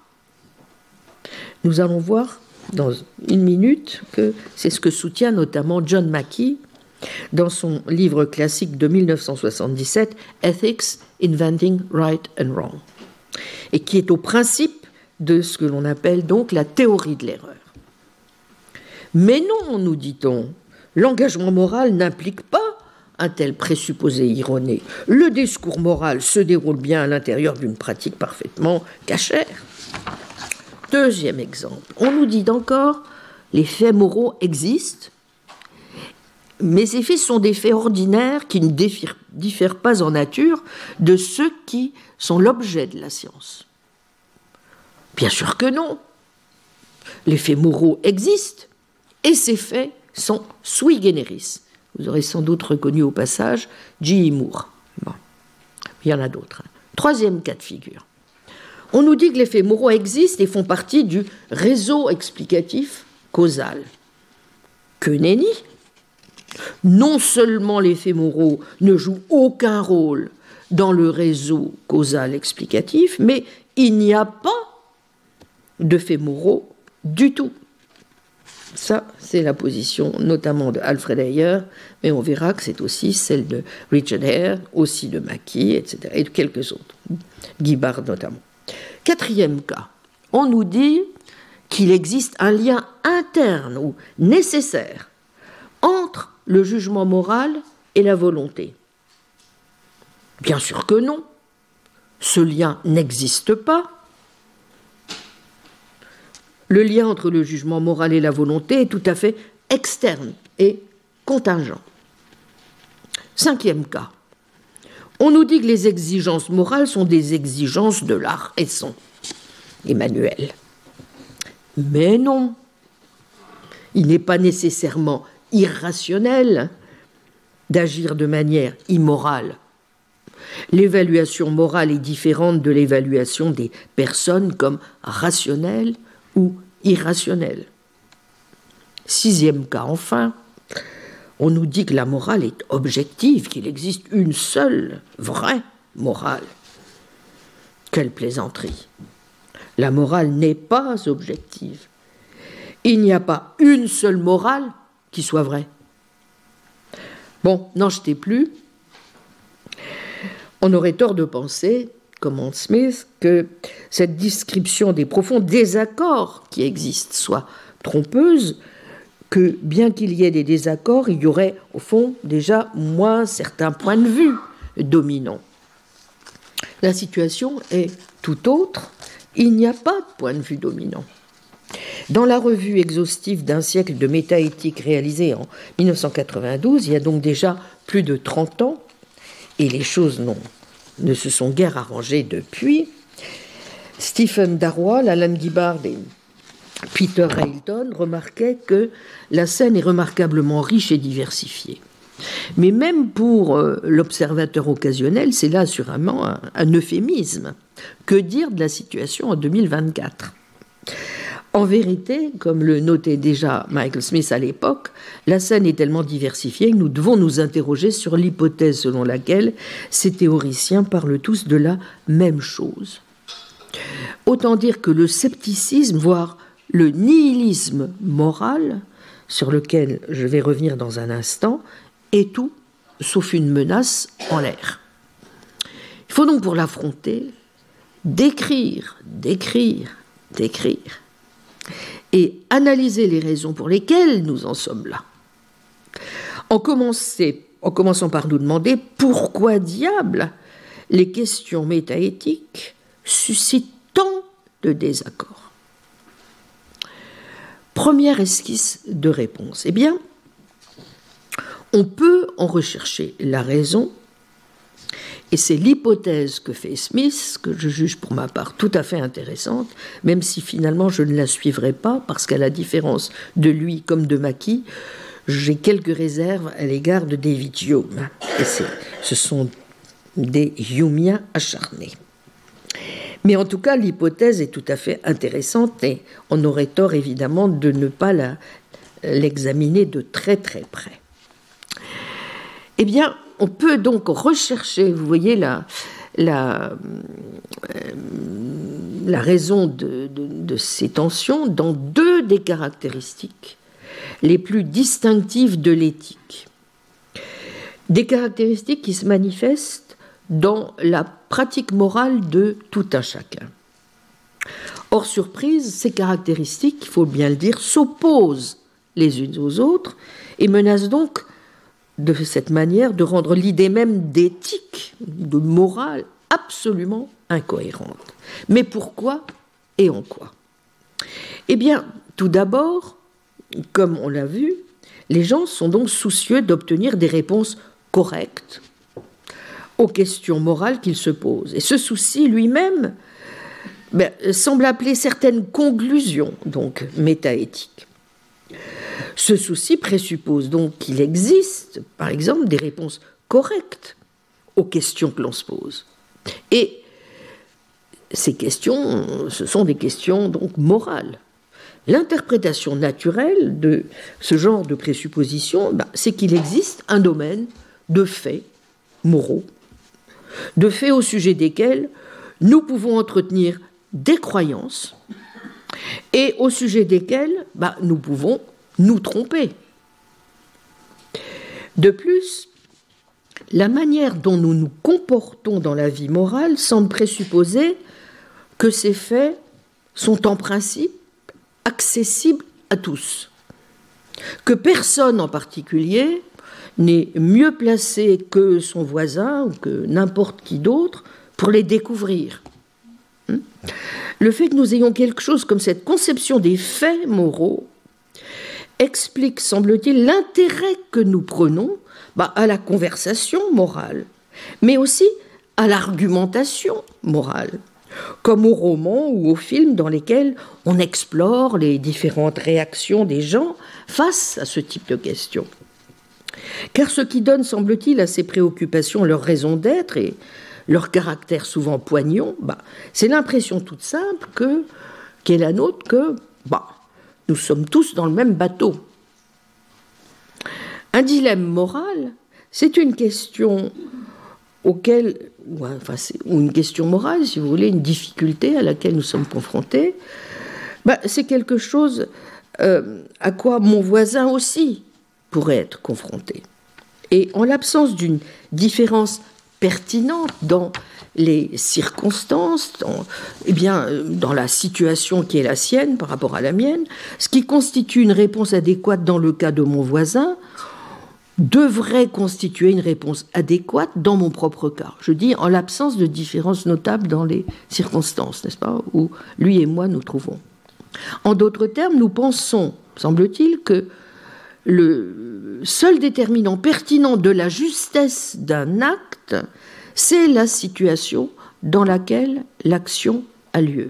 Nous allons voir dans une minute que c'est ce que soutient notamment John Mackey dans son livre classique de 1977, Ethics, Inventing Right and Wrong, et qui est au principe de ce que l'on appelle donc la théorie de l'erreur. Mais non, nous dit-on, l'engagement moral n'implique pas un tel présupposé erroné. Le discours moral se déroule bien à l'intérieur d'une pratique parfaitement cachère. Deuxième exemple, on nous dit encore, les faits moraux existent, mais ces faits sont des faits ordinaires qui ne diffèrent pas en nature de ceux qui sont l'objet de la science. Bien sûr que non. Les faits moraux existent et ces faits sont sui generis. Vous aurez sans doute reconnu au passage J. Moore. Bon. Il y en a d'autres. Troisième cas de figure. On nous dit que les faits moraux existent et font partie du réseau explicatif causal. Que nenni! Non seulement les faits moraux ne jouent aucun rôle dans le réseau causal explicatif, mais il n'y a pas de faits moraux du tout. Ça, c'est la position notamment de Alfred Heyer, mais on verra que c'est aussi celle de Richard Hare, aussi de Mackey, etc., et de quelques autres, Guy Bard notamment. Quatrième cas, on nous dit qu'il existe un lien interne ou nécessaire entre le jugement moral et la volonté. Bien sûr que non. Ce lien n'existe pas. Le lien entre le jugement moral et la volonté est tout à fait externe et contingent. Cinquième cas. On nous dit que les exigences morales sont des exigences de la raison. Emmanuel. Mais non. Il n'est pas nécessairement irrationnel d'agir de manière immorale. L'évaluation morale est différente de l'évaluation des personnes comme rationnelles ou irrationnelles. Sixième cas, enfin, on nous dit que la morale est objective, qu'il existe une seule vraie morale. Quelle plaisanterie! La morale n'est pas objective. Il n'y a pas une seule morale qui soit vraie. Bon, n'en jetez plus. On aurait tort de penser, comme Hans Smith, que cette description des profonds désaccords qui existent soit trompeuse, que bien qu'il y ait des désaccords, il y aurait au fond déjà moins certains points de vue dominants. La situation est tout autre, il n'y a pas de point de vue dominant. Dans la revue exhaustive d'un siècle de métaéthique réalisée en 1992, il y a donc déjà plus de 30 ans, et les choses ne se sont guère arrangées depuis, Stephen Darwall, Alan Gibbard et Peter Railton remarquaient que la scène est remarquablement riche et diversifiée. Mais même pour l'observateur occasionnel, c'est là assurément un euphémisme. Que dire de la situation en 2024 ? En vérité, comme le notait déjà Michael Smith à l'époque, la scène est tellement diversifiée que nous devons nous interroger sur l'hypothèse selon laquelle ces théoriciens parlent tous de la même chose. Autant dire que le scepticisme, voire le nihilisme moral, sur lequel je vais revenir dans un instant, est tout sauf une menace en l'air. Il faut donc pour l'affronter décrire et analyser les raisons pour lesquelles nous en sommes là. En commençant par nous demander pourquoi diable les questions métaéthiques suscitent tant de désaccords. Première esquisse de réponse. Eh bien, on peut en rechercher la raison, et c'est l'hypothèse que fait Smith, que je juge pour ma part tout à fait intéressante, même si finalement je ne la suivrai pas, parce qu'à la différence de lui comme de Mackey, j'ai quelques réserves à l'égard de David Hume. Et ce sont des Humiens acharnés. Mais en tout cas, l'hypothèse est tout à fait intéressante et on aurait tort évidemment de ne pas l'examiner de très très près. Eh bien, on peut donc rechercher, vous voyez la raison de ces tensions dans deux des caractéristiques les plus distinctives de l'éthique. Des caractéristiques qui se manifestent dans la pratique morale de tout un chacun. Hors surprise, ces caractéristiques, il faut bien le dire, s'opposent les unes aux autres et menacent donc de cette manière de rendre l'idée même d'éthique, de morale, absolument incohérente. Mais pourquoi et en quoi? Eh bien, tout d'abord, comme on l'a vu, les gens sont donc soucieux d'obtenir des réponses correctes aux questions morales qu'ils se posent. Et ce souci lui-même semble appeler certaines conclusions, donc métaéthiques. Ce souci présuppose donc qu'il existe, par exemple, des réponses correctes aux questions que l'on se pose. Et ces questions, ce sont des questions donc morales. L'interprétation naturelle de ce genre de présupposition, c'est qu'il existe un domaine de faits moraux, de faits au sujet desquels nous pouvons entretenir des croyances et au sujet desquels nous pouvons nous tromper. De plus, la manière dont nous nous comportons dans la vie morale semble présupposer que ces faits sont en principe accessibles à tous, que personne en particulier n'est mieux placé que son voisin ou que n'importe qui d'autre pour les découvrir. Le fait que nous ayons quelque chose comme cette conception des faits moraux explique, semble-t-il, l'intérêt que nous prenons à la conversation morale, mais aussi à l'argumentation morale, comme aux romans ou aux films dans lesquels on explore les différentes réactions des gens face à ce type de questions. Car ce qui donne, semble-t-il, à ces préoccupations leur raison d'être et leur caractère souvent poignant, c'est l'impression toute simple qu'est la nôtre que nous sommes tous dans le même bateau. Un dilemme moral, c'est une question ou une question morale, si vous voulez, une difficulté à laquelle nous sommes confrontés, c'est quelque chose à quoi mon voisin aussi pourrait être confronté. Et en l'absence d'une différence pertinente dans les circonstances, dans la situation qui est la sienne par rapport à la mienne, ce qui constitue une réponse adéquate dans le cas de mon voisin devrait constituer une réponse adéquate dans mon propre cas. Je dis en l'absence de différences notables dans les circonstances, n'est-ce pas, où lui et moi nous trouvons. En d'autres termes, nous pensons, semble-t-il, que le seul déterminant pertinent de la justesse d'un acte, c'est la situation dans laquelle l'action a lieu.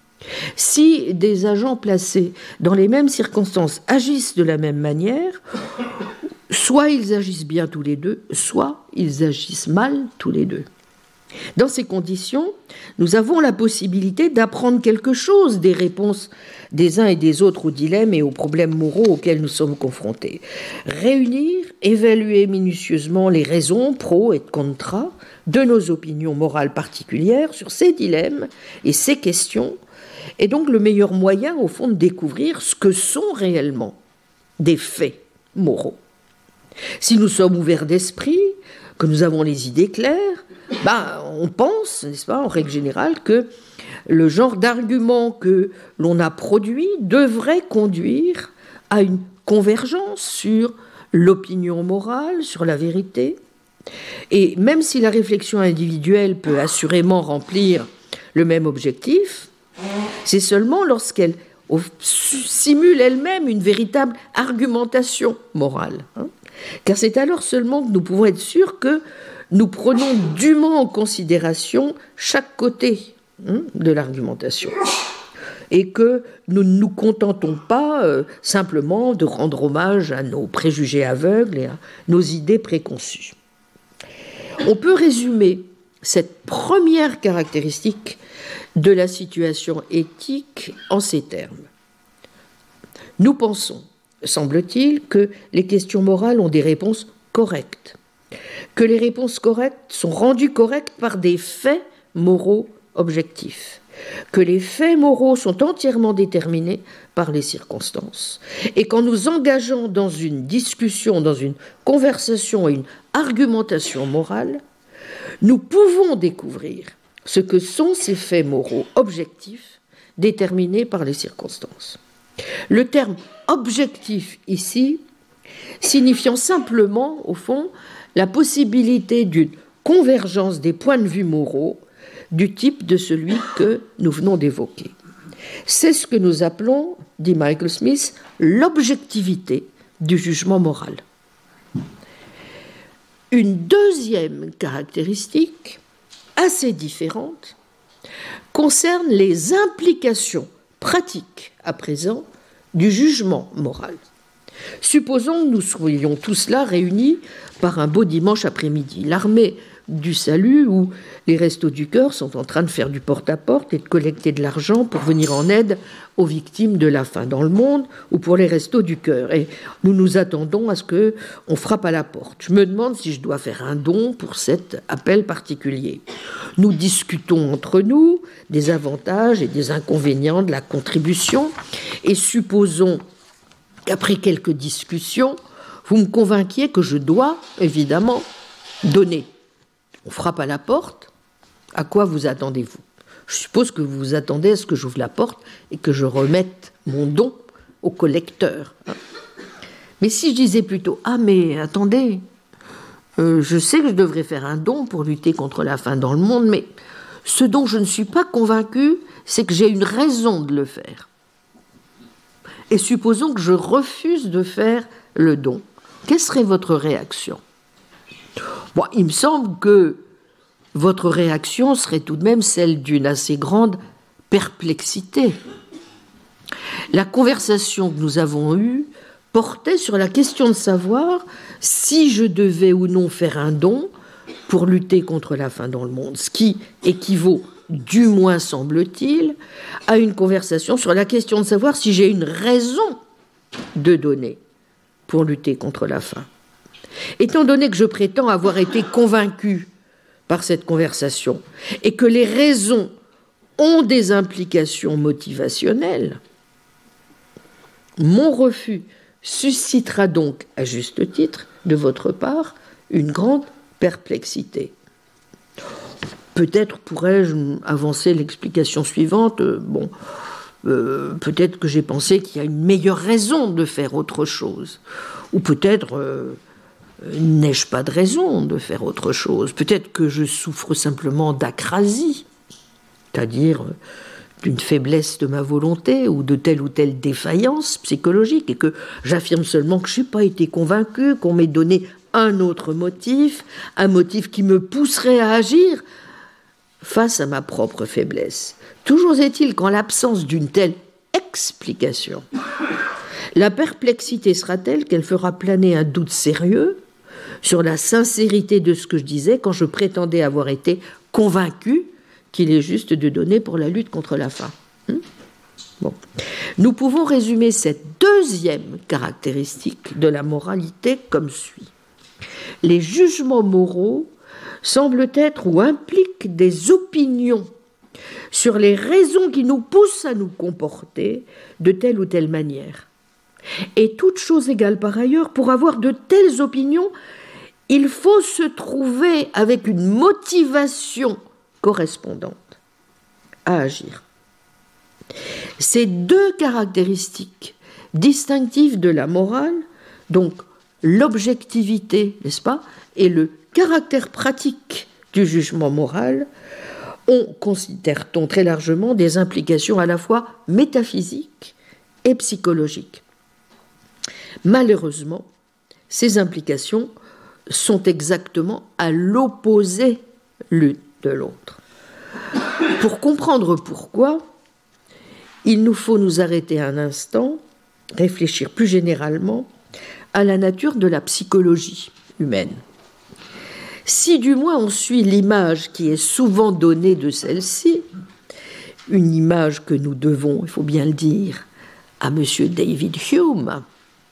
Si des agents placés dans les mêmes circonstances agissent de la même manière, soit ils agissent bien tous les deux, soit ils agissent mal tous les deux. Dans ces conditions, nous avons la possibilité d'apprendre quelque chose des réponses des uns et des autres aux dilemmes et aux problèmes moraux auxquels nous sommes confrontés. Réunir, évaluer minutieusement les raisons pro et contra de nos opinions morales particulières sur ces dilemmes et ces questions est donc le meilleur moyen, au fond, de découvrir ce que sont réellement des faits moraux. Si nous sommes ouverts d'esprit, que nous avons les idées claires, on pense, n'est-ce pas, en règle générale, que le genre d'argument que l'on a produit devrait conduire à une convergence sur l'opinion morale, sur la vérité. Et même si la réflexion individuelle peut assurément remplir le même objectif, c'est seulement lorsqu'elle simule elle-même une véritable argumentation morale. Car c'est alors seulement que nous pouvons être sûrs que nous prenons dûment en considération chaque côté de l'argumentation. et que nous ne nous contentons pas simplement de rendre hommage à nos préjugés aveugles et à nos idées préconçues. On peut résumer cette première caractéristique de la situation éthique en ces termes. Nous pensons, semble-t-il, que les questions morales ont des réponses correctes, que les réponses correctes sont rendues correctes par des faits moraux objectifs, que les faits moraux sont entièrement déterminés par les circonstances, et qu'en nous engageant dans une discussion, dans une conversation et une argumentation morale, nous pouvons découvrir ce que sont ces faits moraux objectifs déterminés par les circonstances. Le terme objectif ici, signifiant simplement, au fond, la possibilité d'une convergence des points de vue moraux du type de celui que nous venons d'évoquer. C'est ce que nous appelons, dit Michael Smith, l'objectivité du jugement moral. Une deuxième caractéristique, assez différente, concerne les implications pratiques, à présent, du jugement moral. Supposons que nous soyons tous là réunis par un beau dimanche après-midi. L'armée du salut où les Restos du Cœur sont en train de faire du porte-à-porte et de collecter de l'argent pour venir en aide aux victimes de la faim dans le monde ou pour les Restos du Cœur. Et nous nous attendons à ce qu'on frappe à la porte. Je me demande si je dois faire un don pour cet appel particulier. Nous discutons entre nous des avantages et des inconvénients de la contribution et supposons qu'après quelques discussions, vous me convainquiez que je dois, évidemment, donner. On frappe à la porte. À quoi vous attendez-vous? Je suppose que vous vous attendez à ce que j'ouvre la porte et que je remette mon don au collecteur. Mais si je disais plutôt « Ah, mais attendez, je sais que je devrais faire un don pour lutter contre la faim dans le monde, mais ce dont je ne suis pas convaincu, c'est que j'ai une raison de le faire. Et supposons que je refuse de faire le don. Quelle serait votre réaction ? Bon, il me semble que votre réaction serait tout de même celle d'une assez grande perplexité. La conversation que nous avons eue portait sur la question de savoir si je devais ou non faire un don pour lutter contre la faim dans le monde, ce qui équivaut, du moins semble-t-il, à une conversation sur la question de savoir si j'ai une raison de donner pour lutter contre la faim. Étant donné que je prétends avoir été convaincu par cette conversation et que les raisons ont des implications motivationnelles, mon refus suscitera donc, à juste titre, de votre part, une grande perplexité. Peut-être pourrais-je avancer l'explication suivante. Peut-être que j'ai pensé qu'il y a une meilleure raison de faire autre chose. Ou peut-être n'ai-je pas de raison de faire autre chose. Peut-être que je souffre simplement d'acrasie, c'est-à-dire d'une faiblesse de ma volonté ou de telle défaillance psychologique, et que j'affirme seulement que je n'ai pas été convaincu, qu'on m'ait donné un autre motif, un motif qui me pousserait à agir face à ma propre faiblesse. Toujours est-il qu'en l'absence d'une telle explication, la perplexité sera telle qu'elle fera planer un doute sérieux sur la sincérité de ce que je disais quand je prétendais avoir été convaincu qu'il est juste de donner pour la lutte contre la faim. Bon. Nous pouvons résumer cette deuxième caractéristique de la moralité comme suit. Les jugements moraux semblent être ou impliquent des opinions sur les raisons qui nous poussent à nous comporter de telle ou telle manière. Et toute chose égale par ailleurs, pour avoir de telles opinions, il faut se trouver avec une motivation correspondante à agir. Ces deux caractéristiques distinctives de la morale, donc l'objectivité, n'est-ce pas, et le caractère pratique du jugement moral, ont, considère-t-on très largement, des implications à la fois métaphysiques et psychologiques. Malheureusement, ces implications sont exactement à l'opposé l'une de l'autre. Pour comprendre pourquoi, il nous faut nous arrêter un instant, réfléchir plus généralement à la nature de la psychologie humaine. Si du moins on suit l'image qui est souvent donnée de celle-ci, une image que nous devons, il faut bien le dire, à M. David Hume,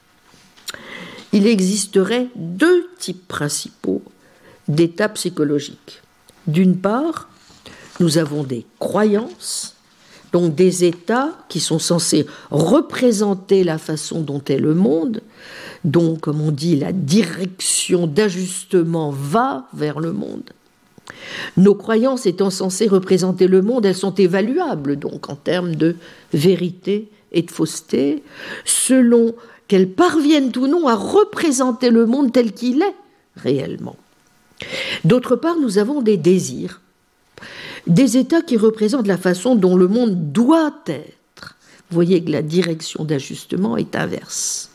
il existerait deux types principaux d'états psychologiques. D'une part, nous avons des croyances, donc des états qui sont censés représenter la façon dont est le monde, dont, comme on dit, la direction d'ajustement va vers le monde. Nos croyances étant censées représenter le monde, elles sont évaluables donc en termes de vérité et de fausseté, selon qu'elles parviennent ou non à représenter le monde tel qu'il est réellement. D'autre part, nous avons des désirs, des états qui représentent la façon dont le monde doit être. Vous voyez que la direction d'ajustement est inverse.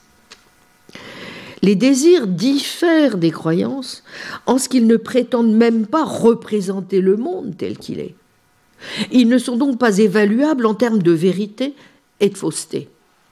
Les désirs diffèrent des croyances en ce qu'ils ne prétendent même pas représenter le monde tel qu'il est. Ils ne sont donc pas évaluables en termes de vérité et de fausseté.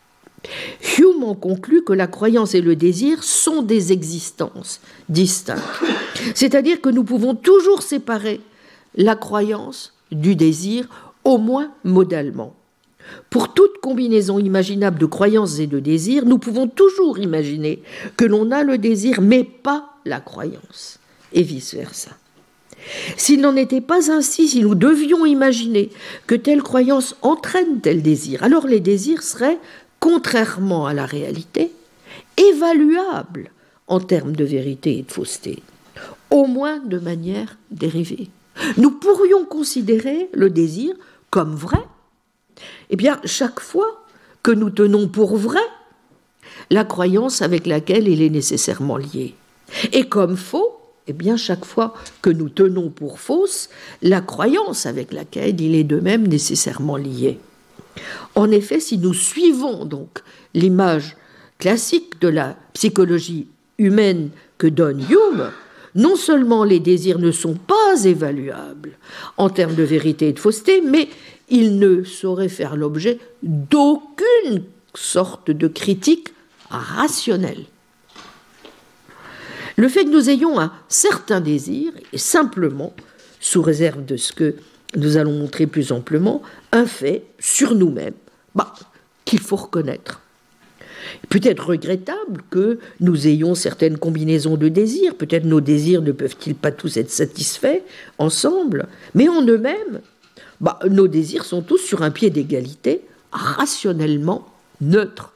Hume en conclut que la croyance et le désir sont des existences distinctes. C'est-à-dire que nous pouvons toujours séparer la croyance du désir, au moins modalement. Pour toute combinaison imaginable de croyances et de désirs, nous pouvons toujours imaginer que l'on a le désir, mais pas la croyance, et vice-versa. S'il n'en était pas ainsi, si nous devions imaginer que telle croyance entraîne tel désir, alors les désirs seraient, contrairement à la réalité, évaluables en termes de vérité et de fausseté, au moins de manière dérivée. Nous pourrions considérer le désir comme vrai, eh bien, chaque fois que nous tenons pour vrai la croyance avec laquelle il est nécessairement lié. Et comme faux, eh bien, chaque fois que nous tenons pour fausse la croyance avec laquelle il est de même nécessairement lié. En effet, si nous suivons donc l'image classique de la psychologie humaine que donne Hume, non seulement les désirs ne sont pas évaluables en termes de vérité et de fausseté, mais ils ne sauraient faire l'objet d'aucune sorte de critique rationnelle. Le fait que nous ayons un certain désir est simplement, sous réserve de ce que nous allons montrer plus amplement, un fait sur nous-mêmes qu'il faut reconnaître. Peut-être regrettable que nous ayons certaines combinaisons de désirs, peut-être nos désirs ne peuvent-ils pas tous être satisfaits ensemble, mais en eux-mêmes, nos désirs sont tous sur un pied d'égalité, rationnellement neutre.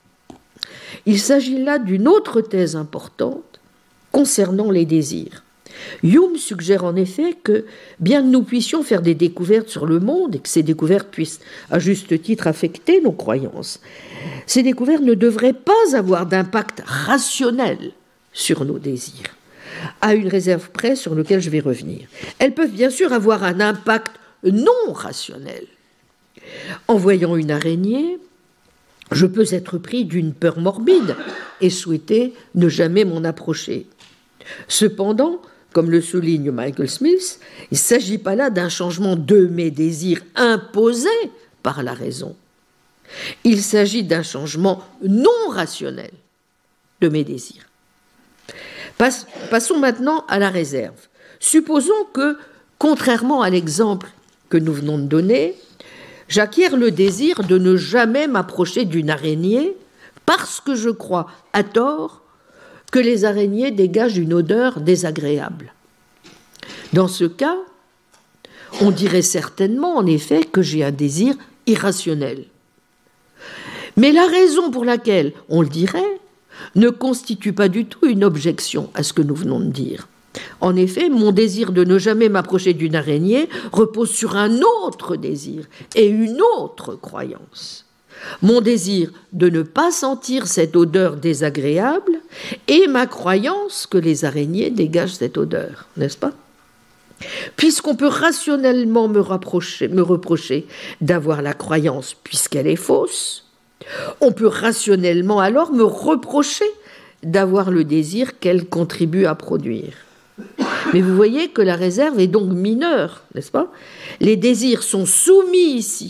Il s'agit là d'une autre thèse importante concernant les désirs. Hume suggère en effet que, bien que nous puissions faire des découvertes sur le monde et que ces découvertes puissent à juste titre affecter nos croyances, ces découvertes ne devraient pas avoir d'impact rationnel sur nos désirs, à une réserve près sur laquelle je vais revenir. Elles peuvent bien sûr avoir un impact non rationnel. En voyant une araignée, je peux être pris d'une peur morbide et souhaiter ne jamais m'en approcher. Cependant, comme le souligne Michael Smith, il ne s'agit pas là d'un changement de mes désirs imposés par la raison. Il s'agit d'un changement non rationnel de mes désirs. Passons maintenant à la réserve. Supposons que, contrairement à l'exemple que nous venons de donner, j'acquiers le désir de ne jamais m'approcher d'une araignée parce que je crois, à tort, que les araignées dégagent une odeur désagréable. Dans ce cas, on dirait certainement, en effet, que j'ai un désir irrationnel. Mais la raison pour laquelle on le dirait ne constitue pas du tout une objection à ce que nous venons de dire. En effet, mon désir de ne jamais m'approcher d'une araignée repose sur un autre désir et une autre croyance. Mon désir de ne pas sentir cette odeur désagréable et ma croyance que les araignées dégagent cette odeur, n'est-ce pas ? Puisqu'on peut rationnellement me reprocher d'avoir la croyance puisqu'elle est fausse, on peut rationnellement alors me reprocher d'avoir le désir qu'elle contribue à produire. Mais vous voyez que la réserve est donc mineure, n'est-ce pas ? Les désirs sont soumis ici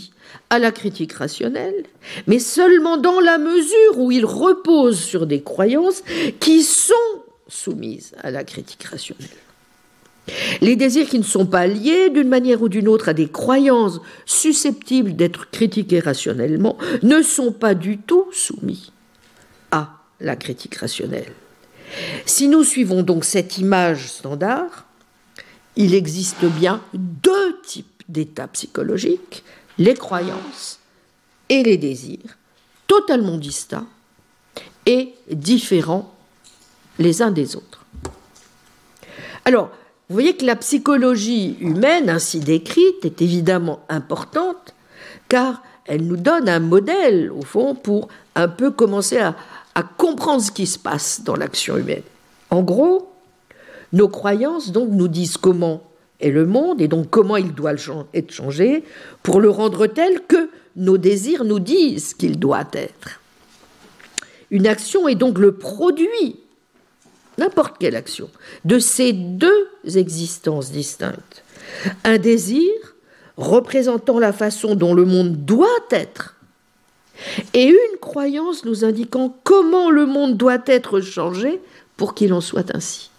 à la critique rationnelle, mais seulement dans la mesure où il repose sur des croyances qui sont soumises à la critique rationnelle. Les désirs qui ne sont pas liés d'une manière ou d'une autre à des croyances susceptibles d'être critiquées rationnellement ne sont pas du tout soumis à la critique rationnelle. Si nous suivons donc cette image standard, il existe bien deux types d'états psychologiques, les croyances et les désirs, totalement distincts et différents les uns des autres. Alors, vous voyez que la psychologie humaine, ainsi décrite, est évidemment importante, car elle nous donne un modèle, au fond, pour un peu commencer à comprendre ce qui se passe dans l'action humaine. En gros, nos croyances donc nous disent comment est le monde et donc comment il doit être changé pour le rendre tel que nos désirs nous disent qu'il doit être. Une action est donc le produit, n'importe quelle action, de ces deux existences distinctes. Un désir représentant la façon dont le monde doit être et une croyance nous indiquant comment le monde doit être changé pour qu'il en soit ainsi.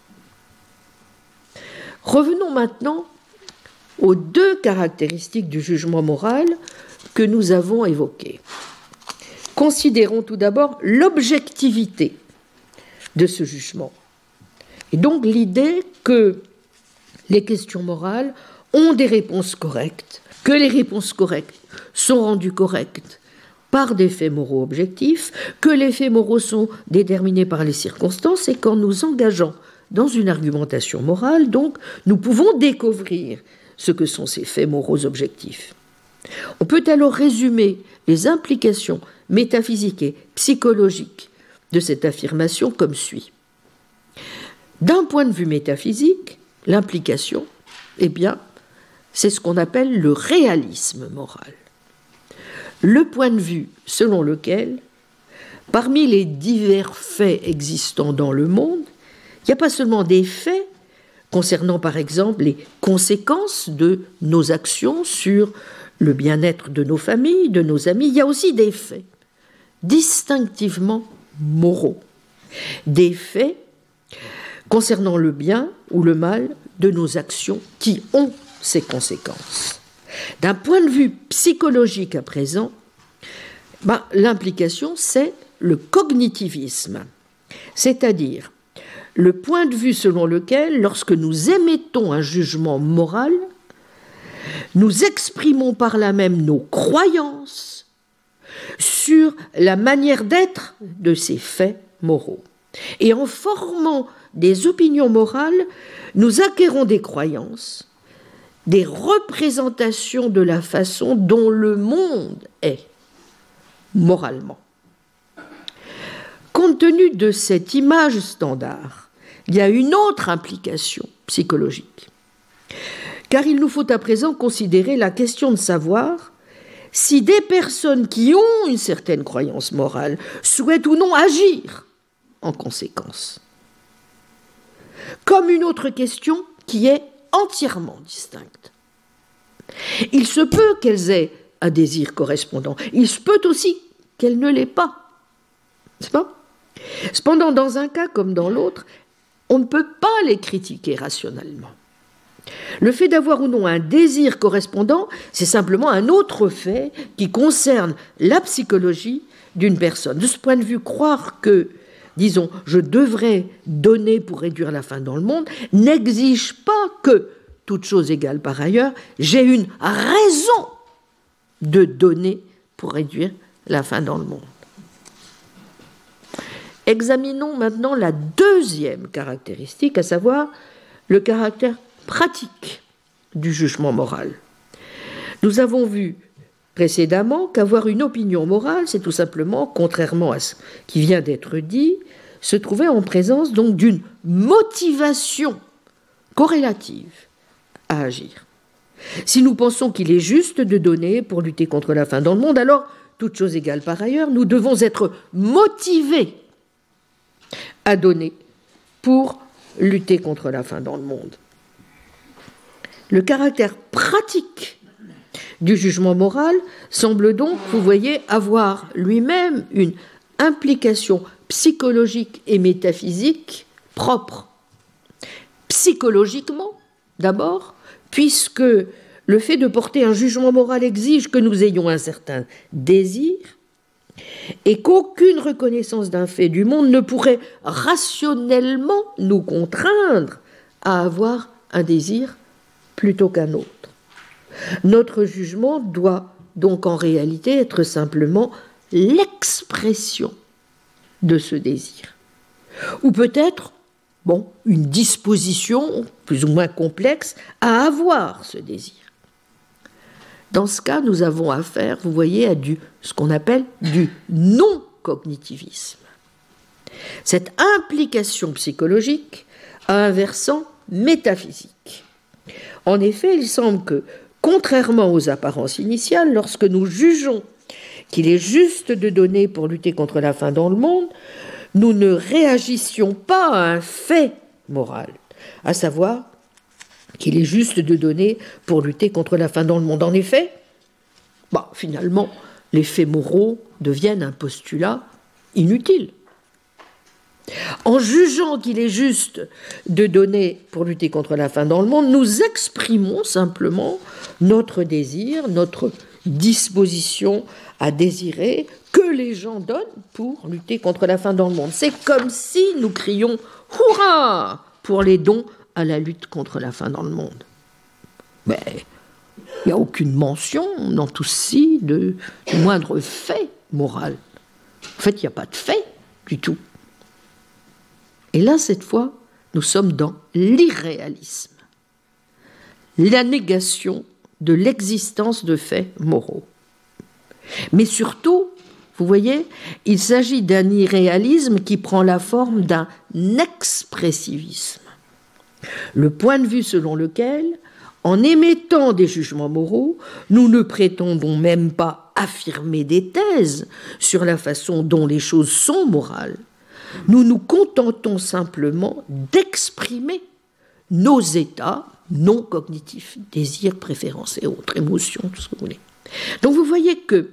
Revenons maintenant aux deux caractéristiques du jugement moral que nous avons évoquées. Considérons tout d'abord l'objectivité de ce jugement. Et donc l'idée que les questions morales ont des réponses correctes, que les réponses correctes sont rendues correctes par des faits moraux objectifs, que les faits moraux sont déterminés par les circonstances et qu'en nous engageant dans une argumentation morale, donc, nous pouvons découvrir ce que sont ces faits moraux objectifs. On peut alors résumer les implications métaphysiques et psychologiques de cette affirmation comme suit. D'un point de vue métaphysique, l'implication, eh bien, c'est ce qu'on appelle le réalisme moral. Le point de vue selon lequel, parmi les divers faits existants dans le monde, il n'y a pas seulement des faits concernant par exemple les conséquences de nos actions sur le bien-être de nos familles, de nos amis, il y a aussi des faits distinctivement moraux, des faits concernant le bien ou le mal de nos actions qui ont ces conséquences. D'un point de vue psychologique à présent, l'implication, c'est le cognitivisme, c'est-à-dire le point de vue selon lequel, lorsque nous émettons un jugement moral, nous exprimons par là même nos croyances sur la manière d'être de ces faits moraux. Et en formant des opinions morales, nous acquérons des croyances, des représentations de la façon dont le monde est, moralement. Compte tenu de cette image standard, il y a une autre implication psychologique. Car il nous faut à présent considérer la question de savoir si des personnes qui ont une certaine croyance morale souhaitent ou non agir en conséquence. Comme une autre question qui est entièrement distincte. Il se peut qu'elles aient un désir correspondant. Il se peut aussi qu'elles ne l'aient pas. N'est-ce pas ? Cependant, dans un cas comme dans l'autre, on ne peut pas les critiquer rationnellement. Le fait d'avoir ou non un désir correspondant, c'est simplement un autre fait qui concerne la psychologie d'une personne. De ce point de vue, croire que, disons, je devrais donner pour réduire la faim dans le monde, n'exige pas que, toute chose égale par ailleurs, j'ai une raison de donner pour réduire la faim dans le monde. Examinons maintenant la deuxième caractéristique, à savoir le caractère pratique du jugement moral. Nous avons vu précédemment qu'avoir une opinion morale, c'est tout simplement, contrairement à ce qui vient d'être dit, se trouver en présence donc d'une motivation corrélative à agir. Si nous pensons qu'il est juste de donner pour lutter contre la faim dans le monde, alors, toute chose égale par ailleurs, nous devons être motivés à donner pour lutter contre la faim dans le monde. Le caractère pratique du jugement moral semble donc, vous voyez, avoir lui-même une implication psychologique et métaphysique propre. Psychologiquement, d'abord, puisque le fait de porter un jugement moral exige que nous ayons un certain désir et qu'aucune reconnaissance d'un fait du monde ne pourrait rationnellement nous contraindre à avoir un désir plutôt qu'un autre. Notre jugement doit donc en réalité être simplement l'expression de ce désir. Ou peut-être, une disposition plus ou moins complexe à avoir ce désir. Dans ce cas, nous avons affaire, vous voyez, à ce qu'on appelle du non-cognitivisme. Cette implication psychologique a un versant métaphysique. En effet, il semble que, contrairement aux apparences initiales, lorsque nous jugeons qu'il est juste de donner pour lutter contre la faim dans le monde, nous ne réagissions pas à un fait moral, à savoir qu'il est juste de donner pour lutter contre la faim dans le monde. En effet, finalement, les faits moraux deviennent un postulat inutile. En jugeant qu'il est juste de donner pour lutter contre la faim dans le monde, nous exprimons simplement notre désir, notre disposition à désirer que les gens donnent pour lutter contre la faim dans le monde. C'est comme si nous crions « Hurrah !» pour les dons à la lutte contre la faim dans le monde. Mais il n'y a aucune mention dans tout ceci du moindre fait moral. En fait, il n'y a pas de fait du tout. Et là, cette fois, nous sommes dans l'irréalisme, la négation de l'existence de faits moraux. Mais surtout, vous voyez, il s'agit d'un irréalisme qui prend la forme d'un expressivisme. Le point de vue selon lequel, en émettant des jugements moraux, nous ne prétendons même pas affirmer des thèses sur la façon dont les choses sont morales. Nous nous contentons simplement d'exprimer nos états non cognitifs, désirs, préférences et autres, émotions, tout ce que vous voulez. Donc vous voyez que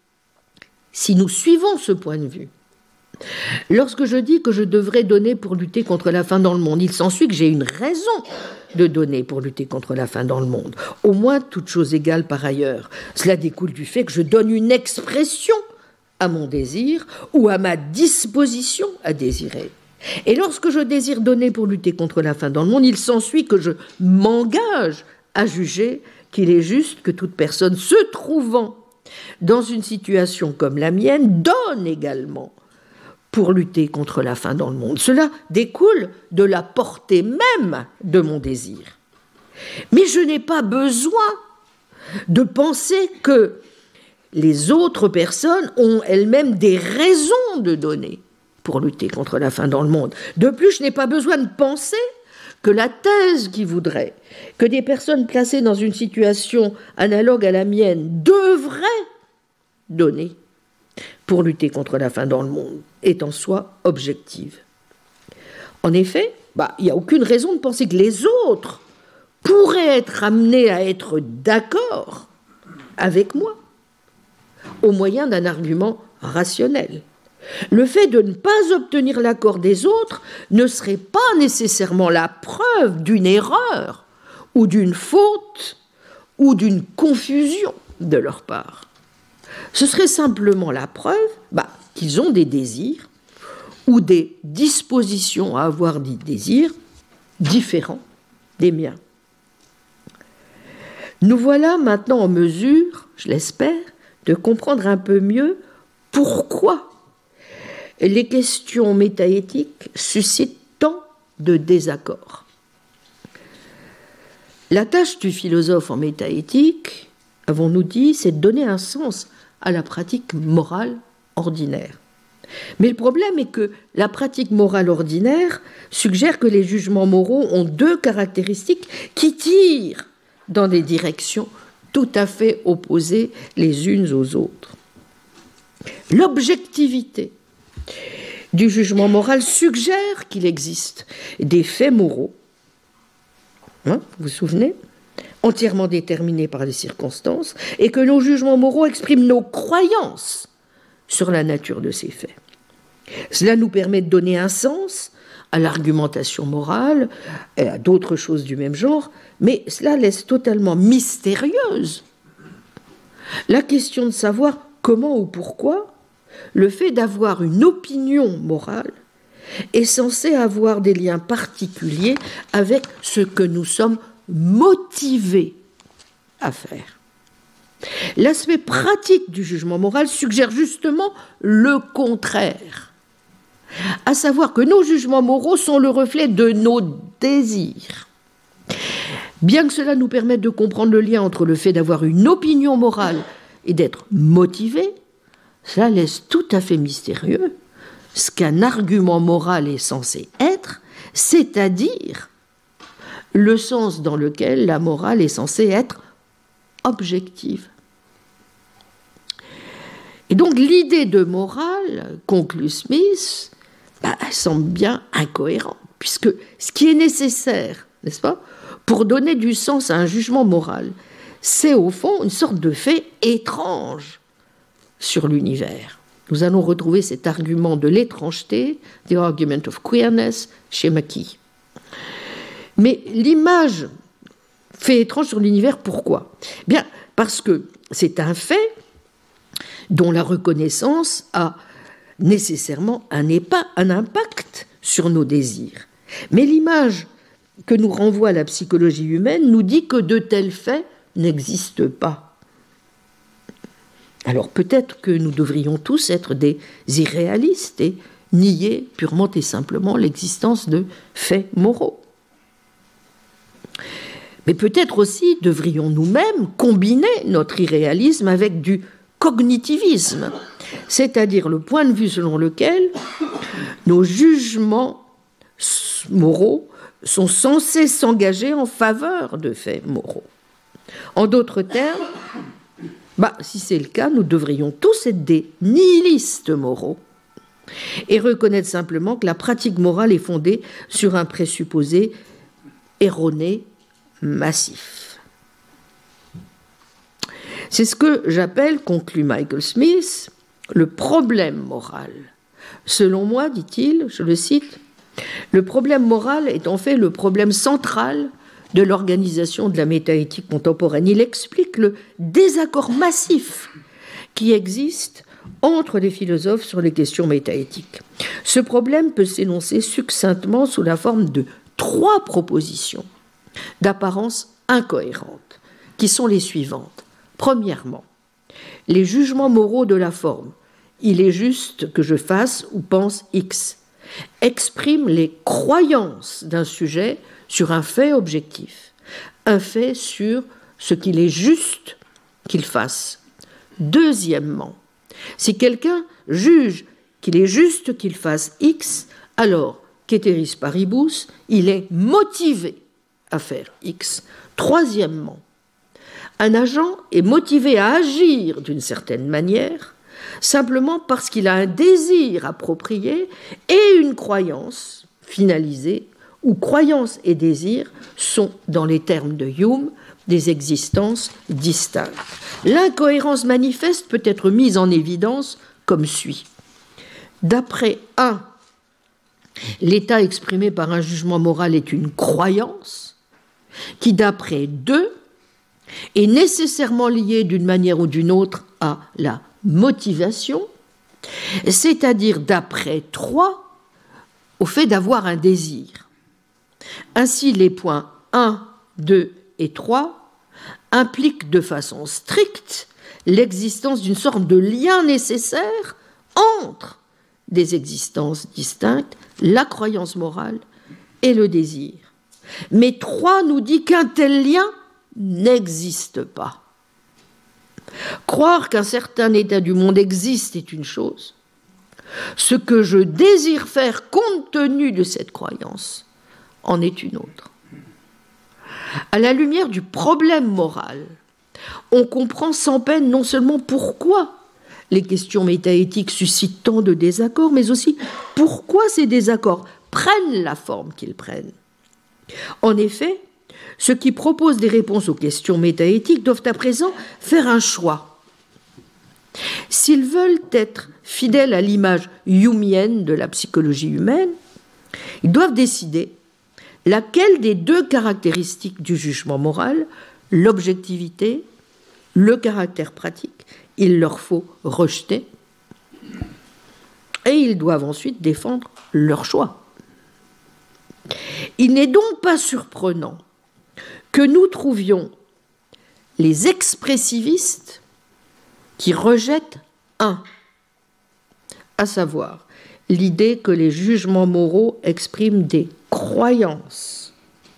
si nous suivons ce point de vue, lorsque je dis que je devrais donner pour lutter contre la faim dans le monde, il s'ensuit que j'ai une raison de donner pour lutter contre la faim dans le monde. Au moins, toute chose égale par ailleurs. Cela découle du fait que je donne une expression à mon désir ou à ma disposition à désirer. Et lorsque je désire donner pour lutter contre la faim dans le monde, il s'ensuit que je m'engage à juger qu'il est juste que toute personne se trouvant dans une situation comme la mienne donne également pour lutter contre la faim dans le monde. Cela découle de la portée même de mon désir. Mais je n'ai pas besoin de penser que les autres personnes ont elles-mêmes des raisons de donner pour lutter contre la faim dans le monde. De plus, je n'ai pas besoin de penser que la thèse qui voudrait que des personnes placées dans une situation analogue à la mienne devraient donner pour lutter contre la faim dans le monde est en soi objective. En effet, il n'y a aucune raison de penser que les autres pourraient être amenés à être d'accord avec moi au moyen d'un argument rationnel. Le fait de ne pas obtenir l'accord des autres ne serait pas nécessairement la preuve d'une erreur ou d'une faute ou d'une confusion de leur part. Ce serait simplement la preuve qu'ils ont des désirs ou des dispositions à avoir des désirs différents des miens. Nous voilà maintenant en mesure, je l'espère, de comprendre un peu mieux pourquoi les questions métaéthiques suscitent tant de désaccords. La tâche du philosophe en métaéthique, avons-nous dit, c'est de donner un sens à la pratique morale ordinaire. Mais le problème est que la pratique morale ordinaire suggère que les jugements moraux ont deux caractéristiques qui tirent dans des directions tout à fait opposées les unes aux autres. L'objectivité du jugement moral suggère qu'il existe des faits moraux, vous vous souvenez, entièrement déterminés par les circonstances, et que nos jugements moraux expriment nos croyances sur la nature de ces faits. Cela nous permet de donner un sens à l'argumentation morale et à d'autres choses du même genre, mais cela laisse totalement mystérieuse la question de savoir comment ou pourquoi le fait d'avoir une opinion morale est censé avoir des liens particuliers avec ce que nous sommes motivés à faire. L'aspect pratique du jugement moral suggère justement le contraire, à savoir que nos jugements moraux sont le reflet de nos désirs. Bien que cela nous permette de comprendre le lien entre le fait d'avoir une opinion morale et d'être motivé, cela laisse tout à fait mystérieux ce qu'un argument moral est censé être, c'est-à-dire le sens dans lequel la morale est censée être objective. Et donc l'idée de morale, conclut Smith, semble bien incohérente, puisque ce qui est nécessaire, n'est-ce pas, pour donner du sens à un jugement moral, c'est au fond une sorte de fait étrange sur l'univers. Nous allons retrouver cet argument de l'étrangeté, the argument of queerness, chez Mackie. Mais l'image fait étrange sur l'univers, pourquoi ? Bien, parce que c'est un fait dont la reconnaissance a nécessairement un impact sur nos désirs. Mais l'image que nous renvoie la psychologie humaine nous dit que de tels faits n'existent pas. Alors peut-être que nous devrions tous être des irréalistes et nier purement et simplement l'existence de faits moraux. Mais peut-être aussi devrions nous-mêmes combiner notre irréalisme avec du cognitivisme, c'est-à-dire le point de vue selon lequel nos jugements moraux sont censés s'engager en faveur de faits moraux. En d'autres termes, si c'est le cas, nous devrions tous être des nihilistes moraux et reconnaître simplement que la pratique morale est fondée sur un présupposé erroné, massif. C'est ce que j'appelle, conclut Michael Smith, le problème moral. Selon moi, dit-il, je le cite, le problème moral est en fait le problème central de l'organisation de la métaéthique contemporaine. Il explique le désaccord massif qui existe entre les philosophes sur les questions métaéthiques. Ce problème peut s'énoncer succinctement sous la forme de 3 propositions d'apparence incohérente, qui sont les suivantes. Premièrement, les jugements moraux de la forme « il est juste que je fasse ou pense X » expriment les croyances d'un sujet sur un fait objectif, un fait sur ce qu'il est juste qu'il fasse. Deuxièmement, si quelqu'un juge qu'il est juste qu'il fasse X, alors, ceteris paribus, il est motivé à faire X. Troisièmement, un agent est motivé à agir d'une certaine manière simplement parce qu'il a un désir approprié et une croyance finalisée, où croyance et désir sont, dans les termes de Hume, des existences distinctes. L'incohérence manifeste peut être mise en évidence comme suit. D'après 1, l'état exprimé par un jugement moral est une croyance qui, d'après 2, est nécessairement liée d'une manière ou d'une autre à la motivation, c'est-à-dire d'après 3, au fait d'avoir un désir. Ainsi, les points 1, 2 et 3 impliquent de façon stricte l'existence d'une sorte de lien nécessaire entre des existences distinctes, la croyance morale et le désir. Mais 3 nous dit qu'un tel lien n'existe pas. Croire qu'un certain état du monde existe est une chose. Ce que je désire faire compte tenu de cette croyance en est une autre. À la lumière du problème moral, on comprend sans peine non seulement pourquoi les questions métaéthiques suscitent tant de désaccords, mais aussi pourquoi ces désaccords prennent la forme qu'ils prennent. En effet, ceux qui proposent des réponses aux questions métaéthiques doivent à présent faire un choix. S'ils veulent être fidèles à l'image humienne de la psychologie humaine, ils doivent décider laquelle des deux caractéristiques du jugement moral, l'objectivité, le caractère pratique, il leur faut rejeter, et ils doivent ensuite défendre leur choix. Il n'est donc pas surprenant que nous trouvions les expressivistes qui rejettent un, à savoir l'idée que les jugements moraux expriment des croyances,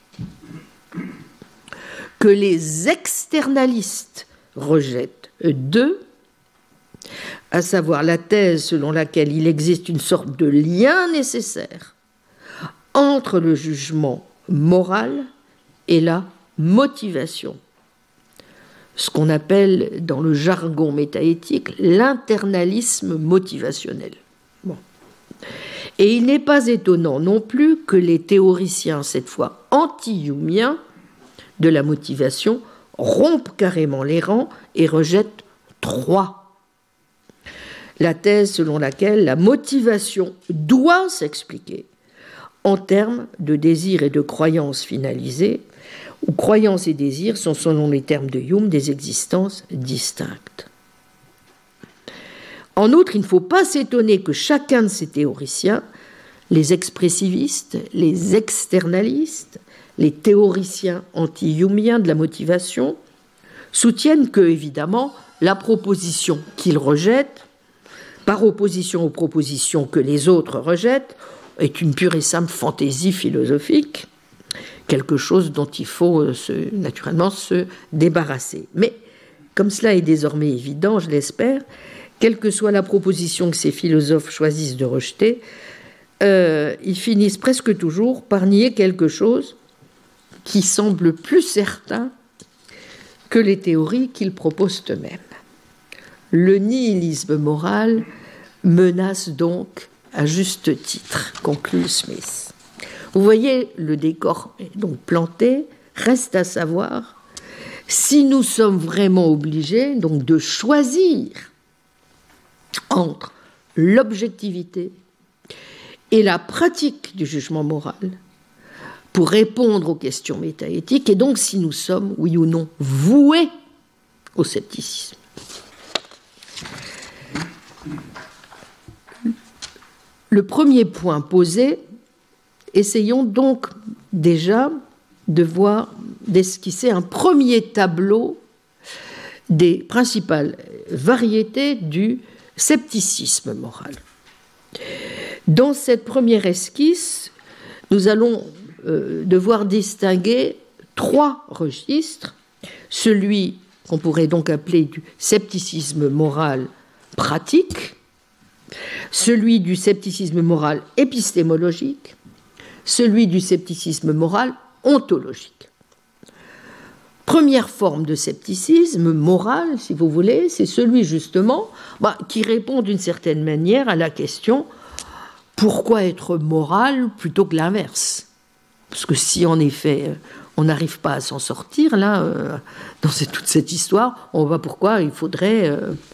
que les externalistes rejettent deux, à savoir la thèse selon laquelle il existe une sorte de lien nécessaire entre le jugement moral et la motivation, ce qu'on appelle dans le jargon métaéthique l'internalisme motivationnel. Bon. Et il n'est pas étonnant non plus que les théoriciens, cette fois anti-humiens, de la motivation, rompent carrément les rangs et rejettent trois. La thèse selon laquelle la motivation doit s'expliquer en termes de désir et de croyances finalisées, où croyances et désirs sont, selon les termes de Hume, des existences distinctes. En outre, il ne faut pas s'étonner que chacun de ces théoriciens, les expressivistes, les externalistes, les théoriciens anti-humiens de la motivation, soutiennent que, évidemment, la proposition qu'ils rejettent, par opposition aux propositions que les autres rejettent, est une pure et simple fantaisie philosophique, quelque chose dont il faut naturellement se débarrasser. Mais, comme cela est désormais évident, je l'espère, quelle que soit la proposition que ces philosophes choisissent de rejeter, ils finissent presque toujours par nier quelque chose qui semble plus certain que les théories qu'ils proposent eux-mêmes. Le nihilisme moral menace donc à juste titre, conclut Smith. Vous voyez, le décor est donc planté. Reste à savoir si nous sommes vraiment obligés donc de choisir entre l'objectivité et la pratique du jugement moral pour répondre aux questions métaéthiques, et donc si nous sommes, oui ou non, voués au scepticisme. Le premier point posé, essayons donc déjà d'esquisser un premier tableau des principales variétés du scepticisme moral. Dans cette première esquisse, nous allons devoir distinguer trois registres, celui qu'on pourrait donc appeler du scepticisme moral pratique, celui du scepticisme moral épistémologique, celui du scepticisme moral ontologique. Première forme de scepticisme moral, si vous voulez, c'est celui justement qui répond d'une certaine manière à la question « pourquoi être moral plutôt que l'inverse ?» Parce que si en effet on n'arrive pas à s'en sortir là, dans toute cette histoire, on voit pourquoi il faudrait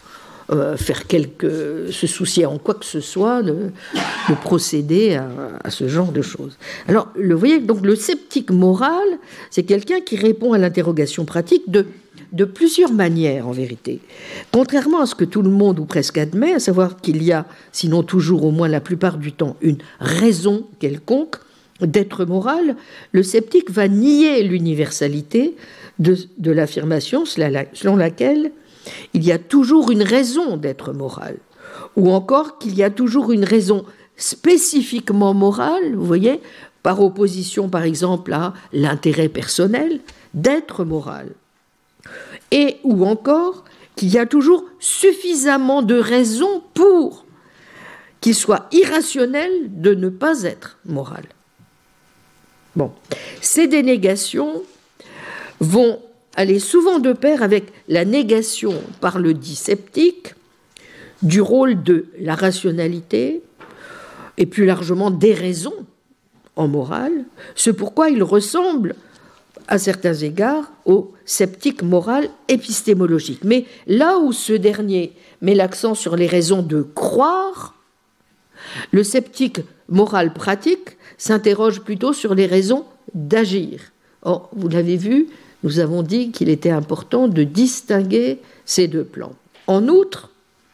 se soucier en quoi que ce soit de procéder à ce genre de choses. Alors, vous voyez, donc le sceptique moral, c'est quelqu'un qui répond à l'interrogation pratique de plusieurs manières, en vérité. Contrairement à ce que tout le monde ou presque admet, à savoir qu'il y a, sinon toujours au moins la plupart du temps, une raison quelconque d'être moral, le sceptique va nier l'universalité de l'affirmation selon laquelle il y a toujours une raison d'être moral, ou encore qu'il y a toujours une raison spécifiquement morale, vous voyez, par opposition par exemple à l'intérêt personnel, d'être moral, et ou encore qu'il y a toujours suffisamment de raisons pour qu'il soit irrationnel de ne pas être moral. Bon, ces dénégations vont aller souvent de pair avec la négation par le dit sceptique du rôle de la rationalité et plus largement des raisons en morale, ce pourquoi il ressemble à certains égards, au sceptique moral épistémologique. Mais là où ce dernier met l'accent sur les raisons de croire, le sceptique moral pratique s'interroge plutôt sur les raisons d'agir. Or, vous l'avez vu, nous avons dit qu'il était important de distinguer ces deux plans. En outre,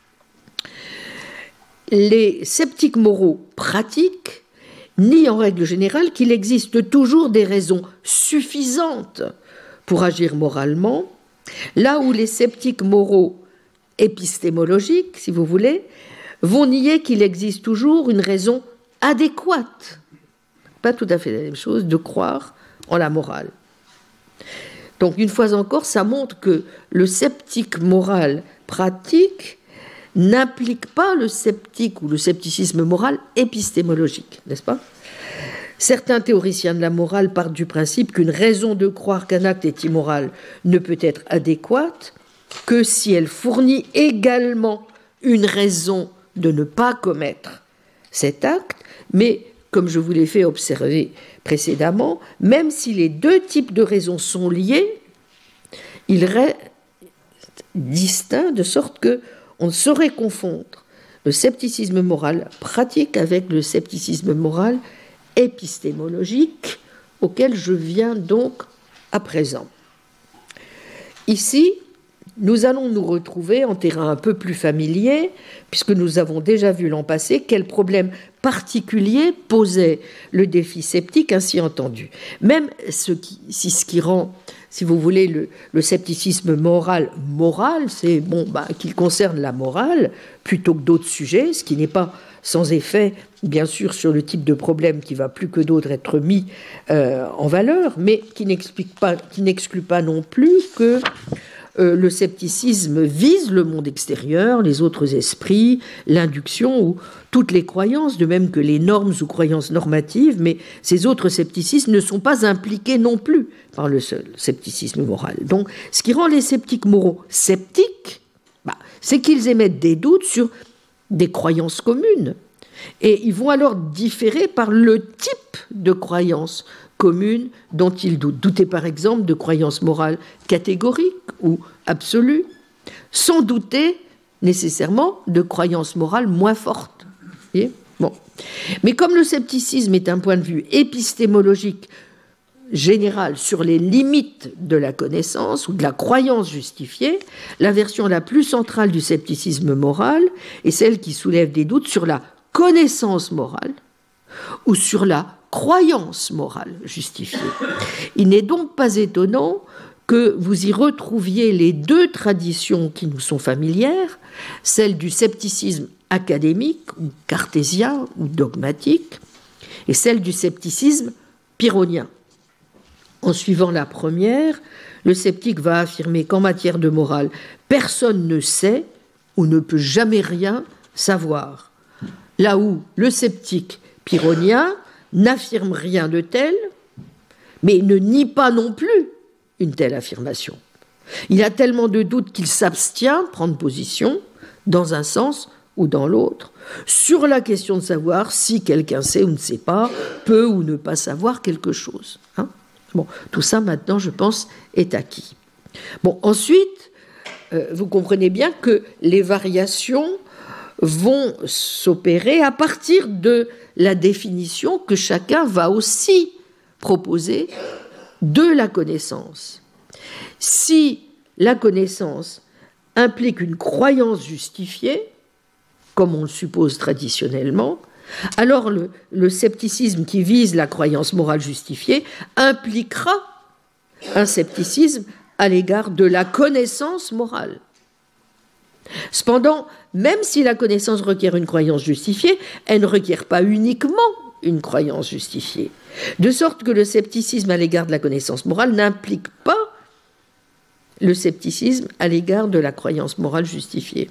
les sceptiques moraux pratiques nient en règle générale qu'il existe toujours des raisons suffisantes pour agir moralement, là où les sceptiques moraux épistémologiques, si vous voulez, vont nier qu'il existe toujours une raison adéquate, pas tout à fait la même chose, de croire en la morale. Donc, une fois encore, ça montre que le sceptique moral pratique n'implique pas le sceptique ou le scepticisme moral épistémologique, n'est-ce pas ? Certains théoriciens de la morale partent du principe qu'une raison de croire qu'un acte est immoral ne peut être adéquate que si elle fournit également une raison de ne pas commettre cet acte, mais comme je vous l'ai fait observer précédemment, même si les deux types de raisons sont liés, ils restent distincts de sorte que on ne saurait confondre le scepticisme moral pratique avec le scepticisme moral épistémologique auquel je viens donc à présent. Ici, nous allons nous retrouver en terrain un peu plus familier, puisque nous avons déjà vu l'an passé quel problème particulier posait le défi sceptique ainsi entendu. Même ce qui rend, si vous voulez, le scepticisme moral, c'est qu'il concerne la morale plutôt que d'autres sujets, ce qui n'est pas sans effet, bien sûr, sur le type de problème qui va plus que d'autres être mis en valeur, mais qui n'exclut pas non plus que le scepticisme vise le monde extérieur, les autres esprits, l'induction ou toutes les croyances, de même que les normes ou croyances normatives, mais ces autres scepticismes ne sont pas impliqués non plus par le seul scepticisme moral. Donc, ce qui rend les sceptiques moraux sceptiques, c'est qu'ils émettent des doutes sur des croyances communes. Et ils vont alors différer par le type de croyances communes dont ils doutent. Douter par exemple de croyances morales catégoriques ou absolues, sans douter nécessairement de croyances morales moins fortes. Bon. Mais comme le scepticisme est un point de vue épistémologique général sur les limites de la connaissance ou de la croyance justifiée, la version la plus centrale du scepticisme moral est celle qui soulève des doutes sur la connaissance morale ou sur la croyance morale justifiée. Il n'est donc pas étonnant que vous y retrouviez les deux traditions qui nous sont familières, celle du scepticisme académique ou cartésien ou dogmatique et celle du scepticisme pyrrhonien. En suivant la première, le sceptique va affirmer qu'en matière de morale, personne ne sait ou ne peut jamais rien savoir. Là où le sceptique pyrrhonien n'affirme rien de tel, mais ne nie pas non plus une telle affirmation. Il a tellement de doutes qu'il s'abstient de prendre position dans un sens ou dans l'autre sur la question de savoir si quelqu'un sait ou ne sait pas, peut ou ne pas savoir quelque chose. Bon, tout ça maintenant, je pense, est acquis. Bon, ensuite, vous comprenez bien que les variations vont s'opérer à partir de la définition que chacun va aussi proposer de la connaissance. Si la connaissance implique une croyance justifiée, comme on le suppose traditionnellement, alors le scepticisme qui vise la croyance morale justifiée impliquera un scepticisme à l'égard de la connaissance morale. Cependant, même si la connaissance requiert une croyance justifiée, elle ne requiert pas uniquement une croyance justifiée. De sorte que le scepticisme à l'égard de la connaissance morale n'implique pas le scepticisme à l'égard de la croyance morale justifiée.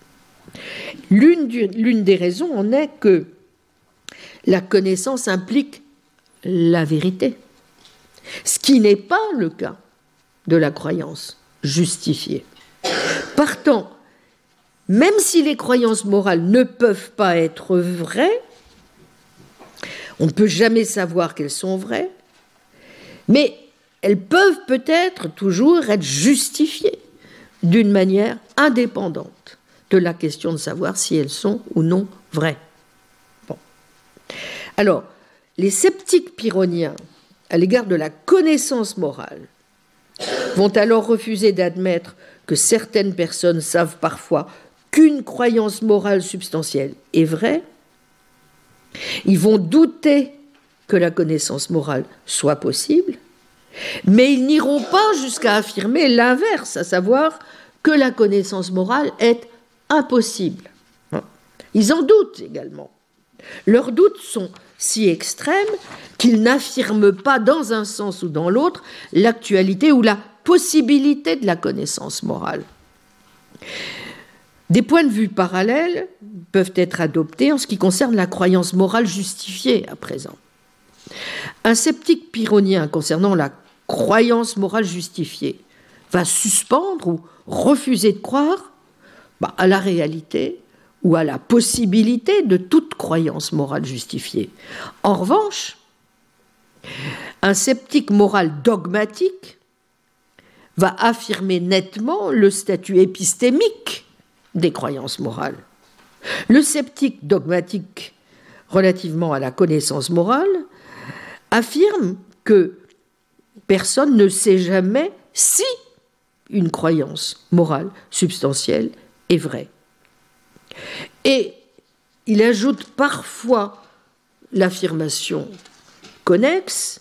L'une des raisons en est que la connaissance implique la vérité, ce qui n'est pas le cas de la croyance justifiée. Partant, même si les croyances morales ne peuvent pas être vraies, on ne peut jamais savoir qu'elles sont vraies, mais elles peuvent peut-être toujours être justifiées d'une manière indépendante de la question de savoir si elles sont ou non vraies. Bon. Alors, les sceptiques pyrrhoniens, à l'égard de la connaissance morale, vont alors refuser d'admettre que certaines personnes savent parfois qu'une croyance morale substantielle est vraie. Ils vont douter que la connaissance morale soit possible, mais ils n'iront pas jusqu'à affirmer l'inverse, à savoir que la connaissance morale est impossible. Ils en doutent également. Leurs doutes sont si extrêmes qu'ils n'affirment pas dans un sens ou dans l'autre l'actualité ou la possibilité de la connaissance morale. Des points de vue parallèles peuvent être adoptés en ce qui concerne la croyance morale justifiée à présent. Un sceptique pyrrhonien concernant la croyance morale justifiée va suspendre ou refuser de croire à la réalité ou à la possibilité de toute croyance morale justifiée. En revanche, un sceptique moral dogmatique va affirmer nettement le statut épistémique des croyances morales. Le sceptique dogmatique relativement à la connaissance morale affirme que personne ne sait jamais si une croyance morale substantielle est vraie. Et il ajoute parfois l'affirmation connexe,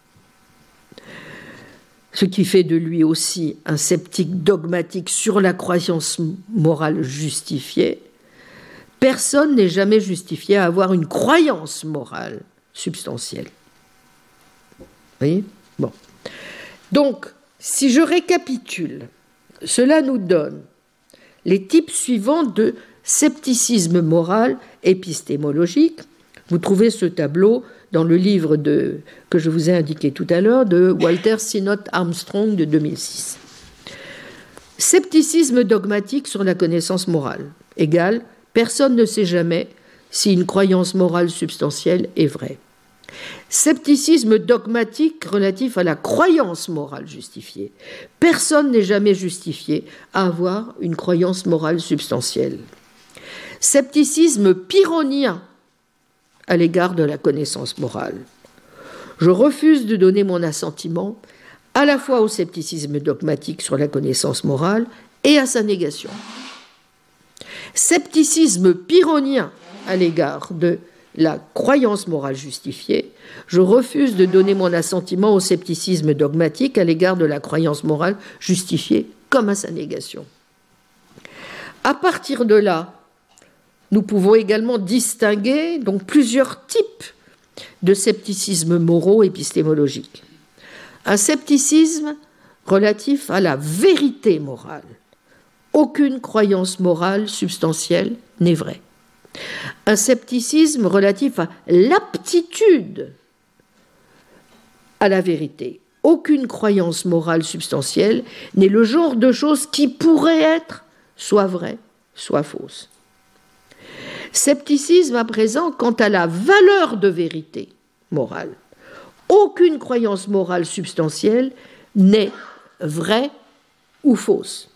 ce qui fait de lui aussi un sceptique dogmatique sur la croyance morale justifiée. Personne n'est jamais justifié à avoir une croyance morale substantielle. Vous voyez ? Bon. Donc, si je récapitule, cela nous donne les types suivants de scepticisme moral épistémologique. Vous trouvez ce tableau dans le livre que je vous ai indiqué tout à l'heure, de Walter Sinnott Armstrong de 2006. Scepticisme dogmatique sur la connaissance morale égale personne ne sait jamais si une croyance morale substantielle est vraie. Scepticisme dogmatique relatif à la croyance morale justifiée. Personne n'est jamais justifié à avoir une croyance morale substantielle. Scepticisme pyrrhonien à l'égard de la connaissance morale. Je refuse de donner mon assentiment à la fois au scepticisme dogmatique sur la connaissance morale et à sa négation. Scepticisme pyrrhonien à l'égard de la croyance morale justifiée. Je refuse de donner mon assentiment au scepticisme dogmatique à l'égard de la croyance morale justifiée comme à sa négation. À partir de là, nous pouvons également distinguer donc plusieurs types de scepticisme moraux épistémologiques. Un scepticisme relatif à la vérité morale. Aucune croyance morale substantielle n'est vraie. Un scepticisme relatif à l'aptitude à la vérité. Aucune croyance morale substantielle n'est le genre de chose qui pourrait être soit vraie, soit fausse. Scepticisme à présent quant à la valeur de vérité morale. Aucune croyance morale substantielle n'est vraie ou fausse.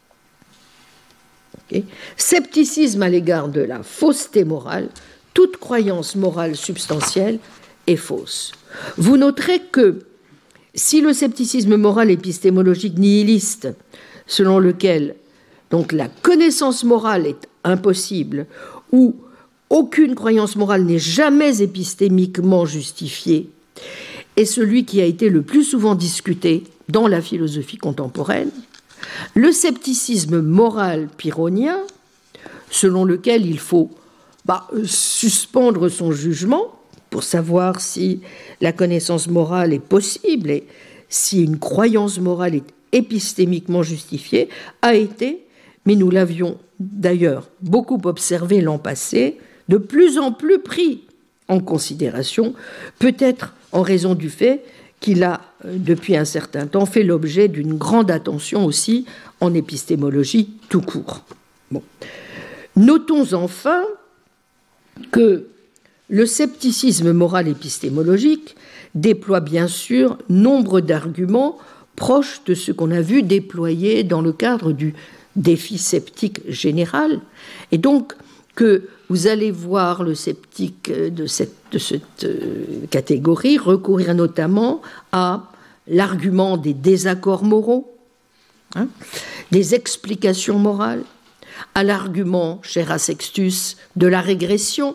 Okay. Scepticisme à l'égard de la fausseté morale. Toute croyance morale substantielle est fausse. Vous noterez que si le scepticisme moral épistémologique nihiliste, selon lequel donc la connaissance morale est impossible, ou aucune croyance morale n'est jamais épistémiquement justifiée, est celui qui a été le plus souvent discuté dans la philosophie contemporaine, le scepticisme moral pyrrhonien, selon lequel il faut suspendre son jugement pour savoir si la connaissance morale est possible et si une croyance morale est épistémiquement justifiée, a été, mais nous l'avions d'ailleurs beaucoup observé l'an passé, de plus en plus pris en considération, peut-être en raison du fait qu'il a, depuis un certain temps, fait l'objet d'une grande attention aussi en épistémologie tout court. Bon. Notons enfin que le scepticisme moral épistémologique déploie bien sûr nombre d'arguments proches de ce qu'on a vu déployer dans le cadre du défi sceptique général, et donc que vous allez voir le sceptique de cette catégorie recourir notamment à l'argument des désaccords moraux, des explications morales, à l'argument, cher à Sextus, de la régression,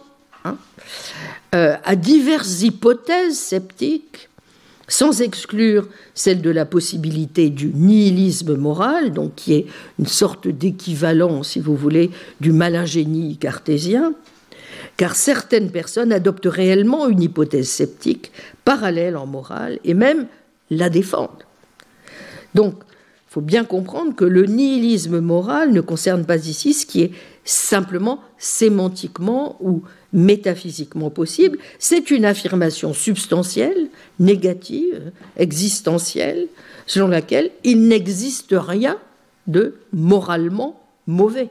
à diverses hypothèses sceptiques, sans exclure celle de la possibilité du nihilisme moral, donc qui est une sorte d'équivalent, si vous voulez, du malingénie cartésien, car certaines personnes adoptent réellement une hypothèse sceptique parallèle en morale et même la défendent. Donc, il faut bien comprendre que le nihilisme moral ne concerne pas ici ce qui est simplement sémantiquement ou métaphysiquement possible. C'est une affirmation substantielle, négative, existentielle, selon laquelle il n'existe rien de moralement mauvais.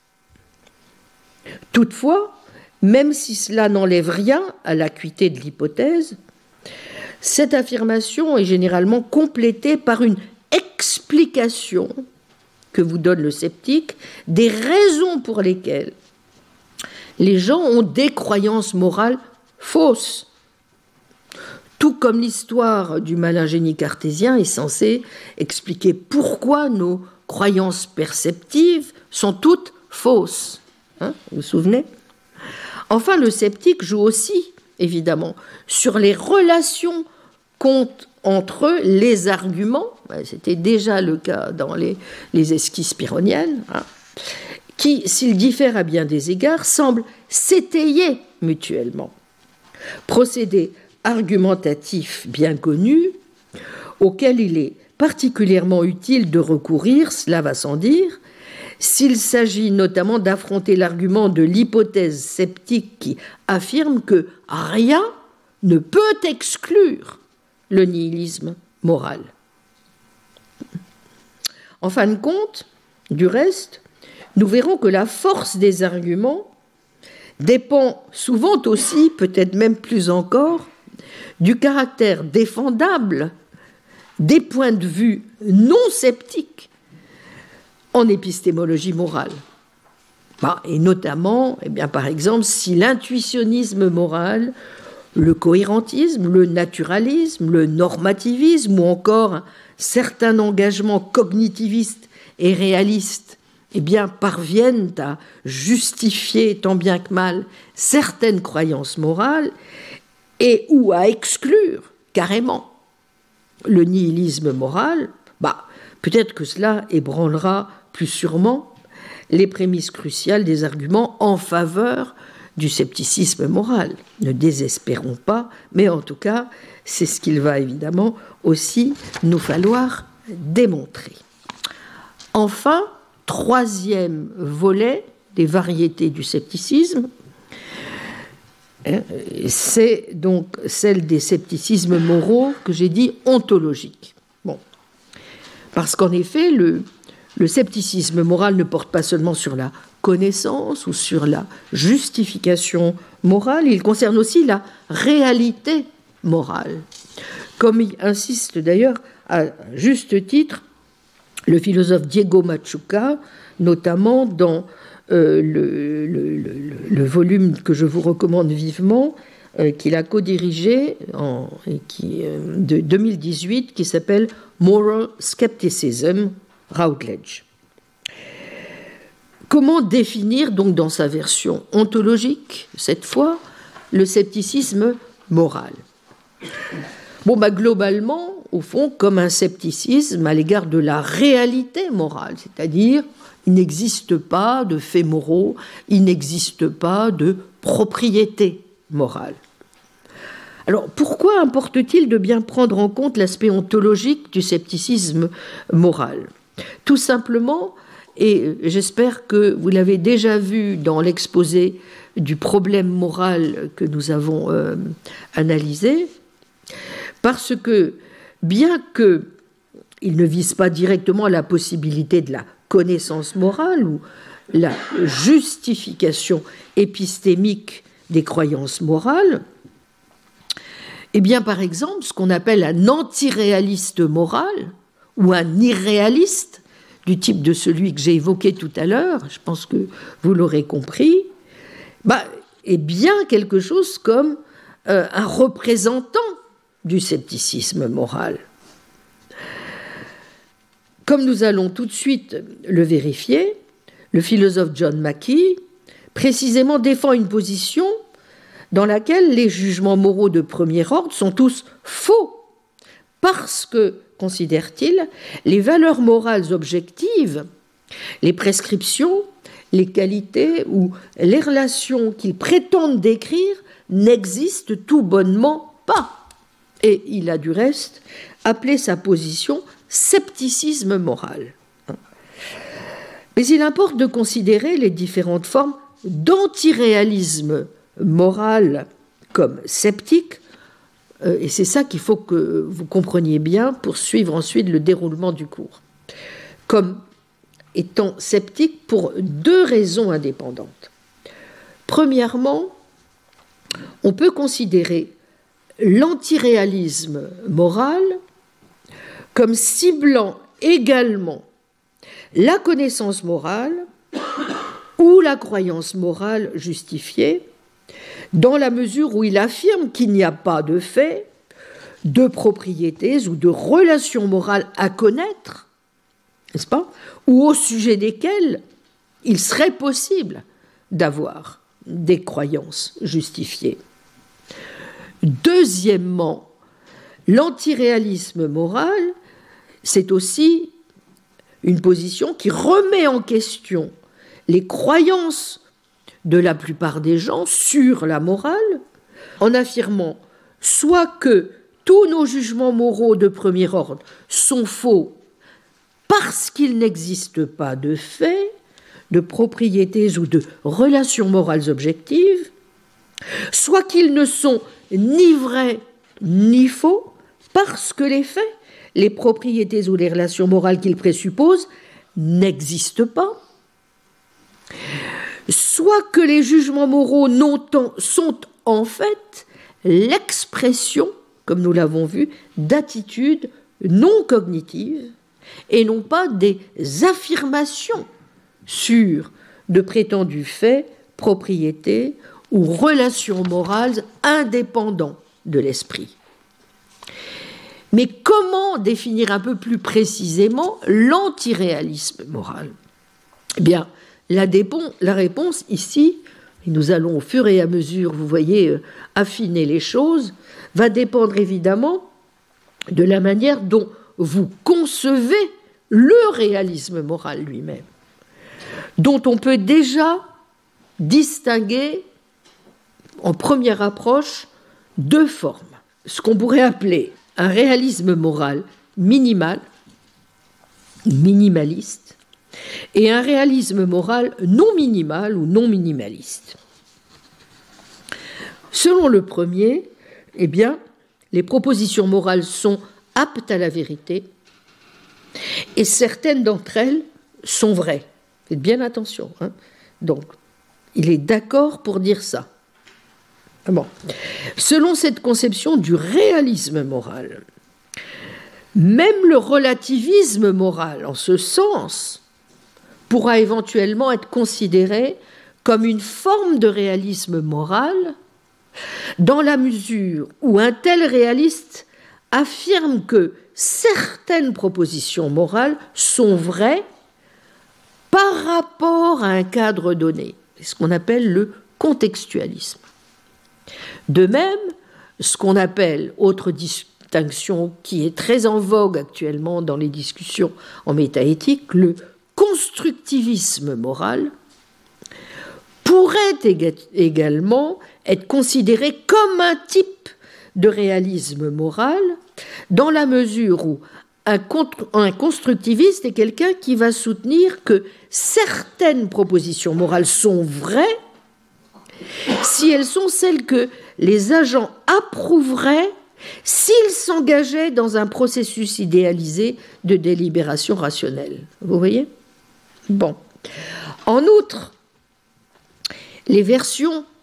Toutefois, même si cela n'enlève rien à l'acuité de l'hypothèse, cette affirmation est généralement complétée par une explication que vous donne le sceptique des raisons pour lesquelles les gens ont des croyances morales fausses. Tout comme l'histoire du malingénie cartésien est censée expliquer pourquoi nos croyances perceptives sont toutes fausses. Vous vous souvenez ? Enfin, le sceptique joue aussi, évidemment, sur les relations qu'ont entre les arguments, c'était déjà le cas dans les esquisses pyrrhoniennes, qui, s'ils diffèrent à bien des égards, semblent s'étayer mutuellement. Procédé argumentatif bien connu, auquel il est particulièrement utile de recourir, cela va sans dire, s'il s'agit notamment d'affronter l'argument de l'hypothèse sceptique qui affirme que rien ne peut exclure le nihilisme moral. En fin de compte, du reste, nous verrons que la force des arguments dépend souvent aussi, peut-être même plus encore, du caractère défendable des points de vue non sceptiques en épistémologie morale. Et notamment, par exemple, si l'intuitionnisme moral, le cohérentisme, le naturalisme, le normativisme ou encore un certain engagement cognitiviste et réaliste parviennent à justifier tant bien que mal certaines croyances morales et ou à exclure carrément le nihilisme moral, peut-être que cela ébranlera plus sûrement les prémices cruciales des arguments en faveur du scepticisme moral. Ne désespérons pas, mais en tout cas, c'est ce qu'il va évidemment aussi nous falloir démontrer. Enfin, troisième volet des variétés du scepticisme, c'est donc celle des scepticismes moraux que j'ai dit ontologiques. Parce qu'en effet, le scepticisme moral ne porte pas seulement sur la connaissance ou sur la justification morale, il concerne aussi la réalité morale. Comme y insiste d'ailleurs à juste titre le philosophe Diego Machuca, notamment dans le volume que je vous recommande vivement, qu'il a co-dirigé de 2018, qui s'appelle Moral Skepticism, Routledge. Comment définir donc dans sa version ontologique, cette fois, le scepticisme moral ? Globalement, au fond, comme un scepticisme à l'égard de la réalité morale, c'est-à-dire il n'existe pas de faits moraux, il n'existe pas de propriété morale. Alors, pourquoi importe-t-il de bien prendre en compte l'aspect ontologique du scepticisme moral ? Tout simplement, et j'espère que vous l'avez déjà vu dans l'exposé du problème moral que nous avons analysé, parce que, bien qu'il ne vise pas directement la possibilité de la connaissance morale ou la justification épistémique des croyances morales, eh bien, par exemple, ce qu'on appelle un antiréaliste moral ou un irréaliste, du type de celui que j'ai évoqué tout à l'heure, je pense que vous l'aurez compris, est bien quelque chose comme un représentant du scepticisme moral. Comme nous allons tout de suite le vérifier, le philosophe John Mackie précisément défend une position dans laquelle les jugements moraux de premier ordre sont tous faux, parce que, considère-t-il, les valeurs morales objectives, les prescriptions, les qualités ou les relations qu'ils prétendent décrire n'existent tout bonnement pas. Et il a du reste appelé sa position scepticisme moral. Mais il importe de considérer les différentes formes d'antiréalisme moral comme sceptique, et c'est ça qu'il faut que vous compreniez bien pour suivre ensuite le déroulement du cours, comme étant sceptique pour deux raisons indépendantes. Premièrement, on peut considérer l'antiréalisme moral comme ciblant également la connaissance morale ou la croyance morale justifiée, dans la mesure où il affirme qu'il n'y a pas de faits, de propriétés ou de relations morales à connaître, n'est-ce pas, ou au sujet desquelles il serait possible d'avoir des croyances justifiées. Deuxièmement, l'antiréalisme moral, c'est aussi une position qui remet en question les croyances de la plupart des gens sur la morale, en affirmant soit que tous nos jugements moraux de premier ordre sont faux parce qu'il n'existe pas de faits, de propriétés ou de relations morales objectives, soit qu'ils ne sont ni vrais ni faux parce que les faits, les propriétés ou les relations morales qu'ils présupposent n'existent pas, soit que les jugements moraux sont en fait l'expression, comme nous l'avons vu, d'attitudes non cognitives et non pas des affirmations sur de prétendus faits, propriétés ou relations morales indépendants de l'esprit. Mais comment définir un peu plus précisément l'antiréalisme moral ? Eh bien, la réponse ici, et nous allons au fur et à mesure, vous voyez, affiner les choses, va dépendre évidemment de la manière dont vous concevez le réalisme moral lui-même, dont on peut déjà distinguer en première approche deux formes. Ce qu'on pourrait appeler un réalisme moral minimal, minimaliste, et un réalisme moral non minimal ou non minimaliste. Selon le premier, eh bien, les propositions morales sont aptes à la vérité et certaines d'entre elles sont vraies. Faites bien attention, hein. Donc, il est d'accord pour dire ça. Bon. Selon cette conception du réalisme moral, même le relativisme moral, en ce sens, pourra éventuellement être considéré comme une forme de réalisme moral, dans la mesure où un tel réaliste affirme que certaines propositions morales sont vraies par rapport à un cadre donné. C'est ce qu'on appelle le contextualisme. De même, ce qu'on appelle, autre distinction qui est très en vogue actuellement dans les discussions en métaéthique, le constructivisme moral, pourrait également être considéré comme un type de réalisme moral, dans la mesure où un constructiviste est quelqu'un qui va soutenir que certaines propositions morales sont vraies si elles sont celles que les agents approuveraient s'ils s'engageaient dans un processus idéalisé de délibération rationnelle. Vous voyez ? Bon. En outre, les versions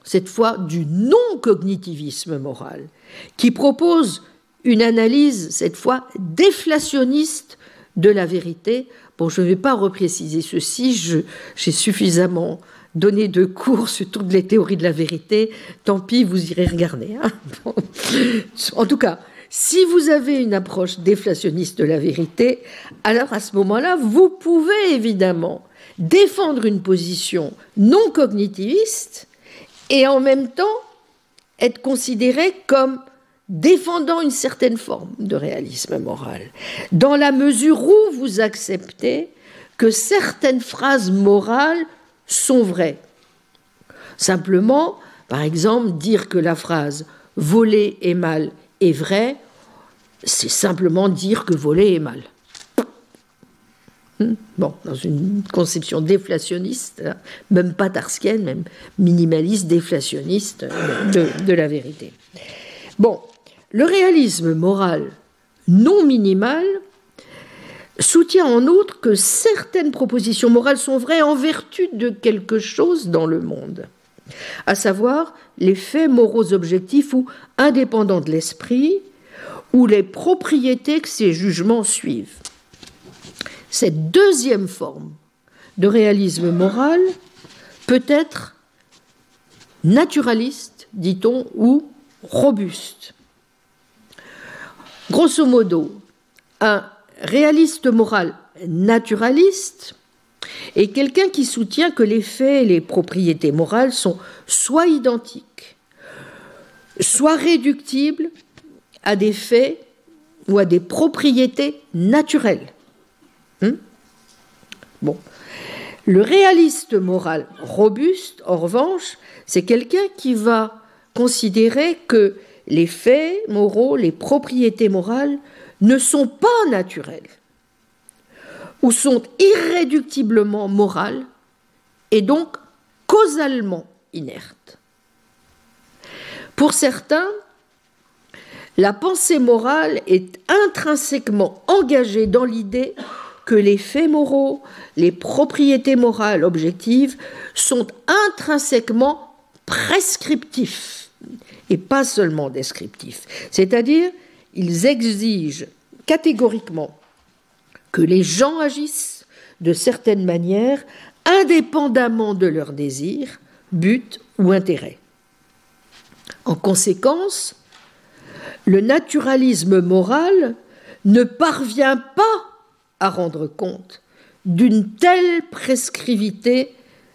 cette fois du non-cognitivisme moral, qui propose une analyse, cette fois déflationniste de la vérité. Bon, je ne vais pas repréciser ceci, j'ai suffisamment donné de cours sur toutes les théories de la vérité, tant pis, vous irez regarder. Hein. Bon. En tout cas, si vous avez une approche déflationniste de la vérité, alors à ce moment-là, vous pouvez évidemment défendre une position non cognitiviste et en même temps être considéré comme défendant une certaine forme de réalisme moral, dans la mesure où vous acceptez que certaines phrases morales sont vraies. Simplement, par exemple, dire que la phrase « voler est mal » est vraie, c'est simplement dire que voler est mal. Bon, dans une conception déflationniste, même pas tarskienne, même minimaliste, déflationniste de la vérité. Bon, le réalisme moral non minimal soutient en outre que certaines propositions morales sont vraies en vertu de quelque chose dans le monde, à savoir les faits moraux objectifs ou indépendants de l'esprit, ou les propriétés que ces jugements suivent. Cette deuxième forme de réalisme moral peut être naturaliste, dit-on, ou robuste. Grosso modo, un réaliste moral naturaliste est quelqu'un qui soutient que les faits et les propriétés morales sont soit identiques, soit réductibles à des faits ou à des propriétés naturelles. Bon. Le réaliste moral robuste, en revanche, c'est quelqu'un qui va considérer que les faits moraux, les propriétés morales ne sont pas naturelles ou sont irréductiblement morales et donc causalement inertes. Pour certains, la pensée morale est intrinsèquement engagée dans l'idée que les faits moraux, les propriétés morales objectives sont intrinsèquement prescriptifs et pas seulement descriptifs. C'est-à-dire, ils exigent catégoriquement que les gens agissent de certaines manières indépendamment de leurs désirs, buts ou intérêts. En conséquence, le naturalisme moral ne parvient pas à rendre compte d'une telle prescriptivité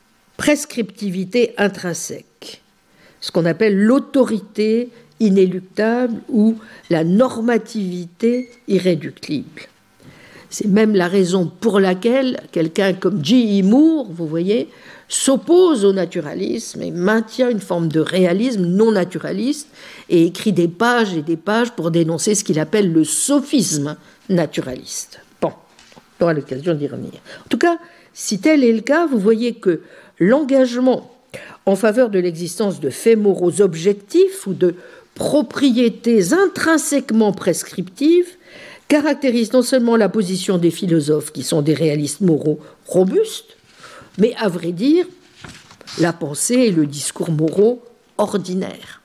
intrinsèque, ce qu'on appelle l'autorité inéluctable ou la normativité irréductible. C'est même la raison pour laquelle quelqu'un comme J.E. Moore, vous voyez, s'oppose au naturalisme et maintient une forme de réalisme non naturaliste et écrit des pages et des pages pour dénoncer ce qu'il appelle le sophisme naturaliste. Bon, on aura l'occasion d'y revenir. En tout cas, si tel est le cas, vous voyez que l'engagement en faveur de l'existence de faits moraux objectifs ou de propriétés intrinsèquement prescriptives caractérise non seulement la position des philosophes qui sont des réalistes moraux robustes, mais à vrai dire, la pensée et le discours moraux ordinaires.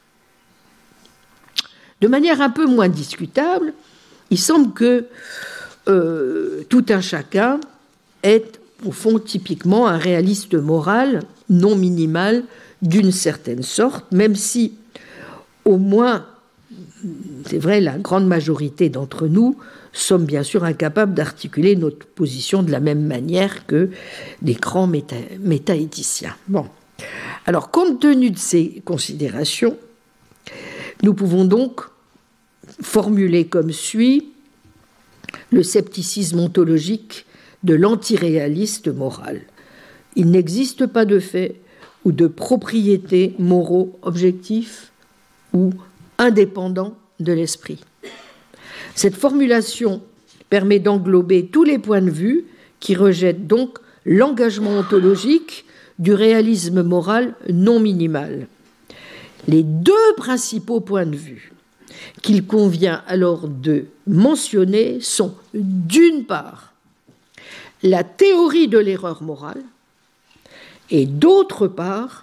De manière un peu moins discutable, il semble que tout un chacun est, au fond, typiquement un réaliste moral non minimal d'une certaine sorte, même si, au moins, c'est vrai, la grande majorité d'entre nous sommes bien sûr incapables d'articuler notre position de la même manière que des grands métaéthiciens. Bon. Alors, compte tenu de ces considérations, nous pouvons donc formuler comme suit le scepticisme ontologique de l'antiréaliste moral. Il n'existe pas de faits ou de propriétés moraux objectifs ou indépendants de l'esprit. Cette formulation permet d'englober tous les points de vue qui rejettent donc l'engagement ontologique du réalisme moral non minimal. Les deux principaux points de vue qu'il convient alors de mentionner sont, d'une part, la théorie de l'erreur morale et, d'autre part,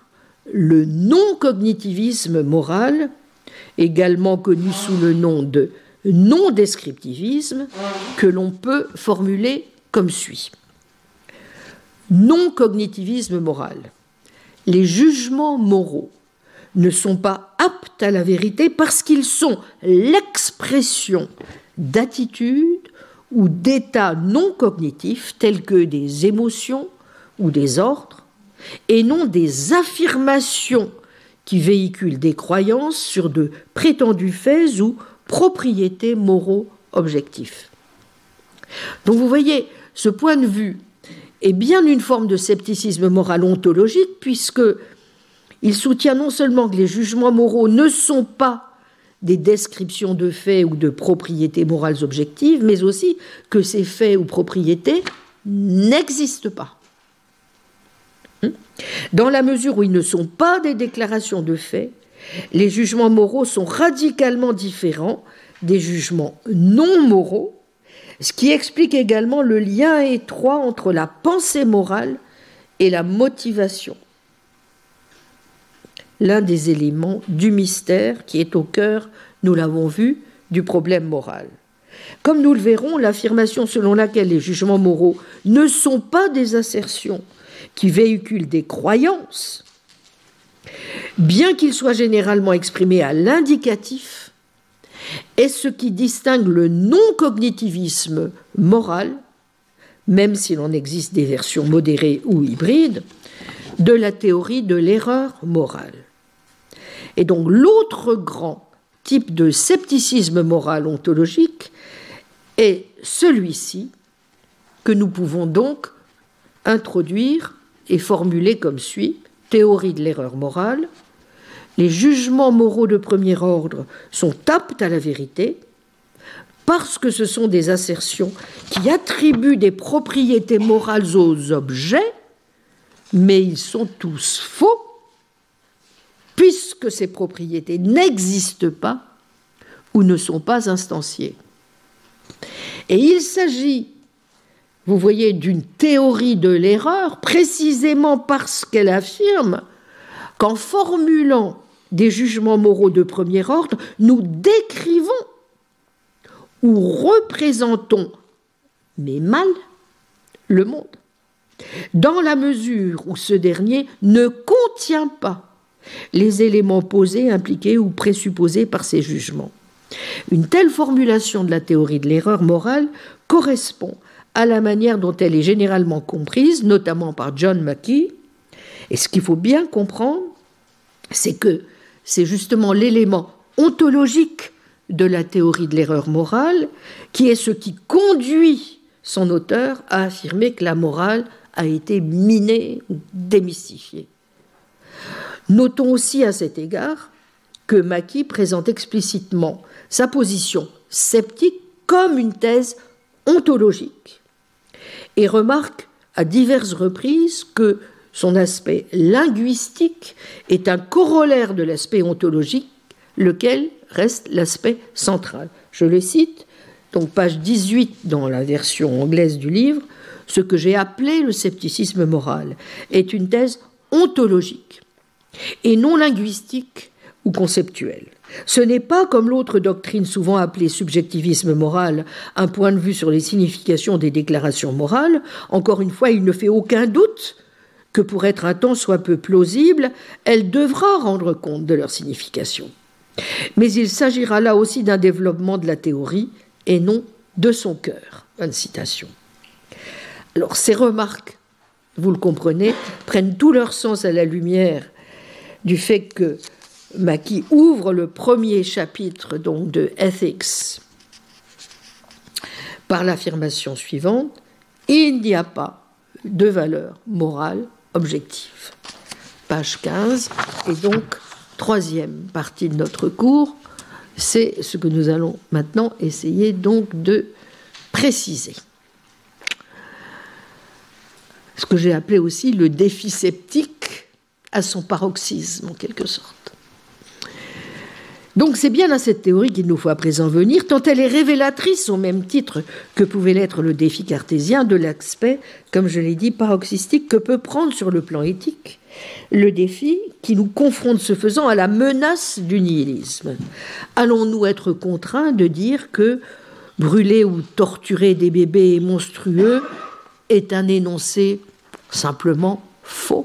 le non-cognitivisme moral, également connu sous le nom de non-descriptivisme, que l'on peut formuler comme suit. Non-cognitivisme moral. Les jugements moraux ne sont pas aptes à la vérité parce qu'ils sont l'expression d'attitudes ou d'états non cognitifs tels que des émotions ou des ordres, et non des affirmations qui véhiculent des croyances sur de prétendus faits ou propriétés moraux objectifs. Donc vous voyez, ce point de vue est bien une forme de scepticisme moral ontologique, puisqu'il soutient non seulement que les jugements moraux ne sont pas des descriptions de faits ou de propriétés morales objectives, mais aussi que ces faits ou propriétés n'existent pas. Dans la mesure où ils ne sont pas des déclarations de faits, les jugements moraux sont radicalement différents des jugements non moraux, ce qui explique également le lien étroit entre la pensée morale et la motivation. L'un des éléments du mystère qui est au cœur, nous l'avons vu, du problème moral. Comme nous le verrons, l'affirmation selon laquelle les jugements moraux ne sont pas des assertions qui véhiculent des croyances, bien qu'ils soient généralement exprimés à l'indicatif, est ce qui distingue le non-cognitivisme moral, même s'il en existe des versions modérées ou hybrides, de la théorie de l'erreur morale. Et donc l'autre grand type de scepticisme moral ontologique est celui-ci que nous pouvons donc introduire et formuler comme suit: théorie de l'erreur morale. Les jugements moraux de premier ordre sont aptes à la vérité parce que ce sont des assertions qui attribuent des propriétés morales aux objets, mais ils sont tous faux puisque ces propriétés n'existent pas ou ne sont pas instanciées. Et il s'agit, vous voyez, d'une théorie de l'erreur précisément parce qu'elle affirme qu'en formulant des jugements moraux de premier ordre, nous décrivons ou représentons, mais mal, le monde, dans la mesure où ce dernier ne contient pas les éléments posés, impliqués ou présupposés par ces jugements. Une telle formulation de la théorie de l'erreur morale correspond à la manière dont elle est généralement comprise, notamment par John Mackie. Et ce qu'il faut bien comprendre, c'est que c'est justement l'élément ontologique de la théorie de l'erreur morale qui est ce qui conduit son auteur à affirmer que la morale a été minée ou démystifiée. Notons aussi à cet égard que Mackie présente explicitement sa position sceptique comme une thèse ontologique et remarque à diverses reprises que son aspect linguistique est un corollaire de l'aspect ontologique, lequel reste l'aspect central. Je le cite, donc page 18 dans la version anglaise du livre: ce que j'ai appelé le scepticisme moral est une thèse ontologique et non linguistique ou conceptuelle. Ce n'est pas, comme l'autre doctrine souvent appelée subjectivisme moral, un point de vue sur les significations des déclarations morales. Encore une fois, il ne fait aucun doute que pour être un tant soit peu plausible, elle devra rendre compte de leur signification. Mais il s'agira là aussi d'un développement de la théorie et non de son cœur. Fin de citation. Alors ces remarques, vous le comprenez, prennent tout leur sens à la lumière du fait que Mackie ouvre le premier chapitre donc de Ethics par l'affirmation suivante: il n'y a pas de valeur morale objective. Page 15, et donc troisième partie de notre cours, c'est ce que nous allons maintenant essayer donc de préciser. Ce que j'ai appelé aussi le défi sceptique à son paroxysme, en quelque sorte. Donc c'est bien à cette théorie qu'il nous faut à présent venir, tant elle est révélatrice, au même titre que pouvait l'être le défi cartésien, de l'aspect, comme je l'ai dit, paroxystique que peut prendre sur le plan éthique le défi qui nous confronte ce faisant à la menace du nihilisme. Allons-nous être contraints de dire que brûler ou torturer des bébés monstrueux est un énoncé simplement faux?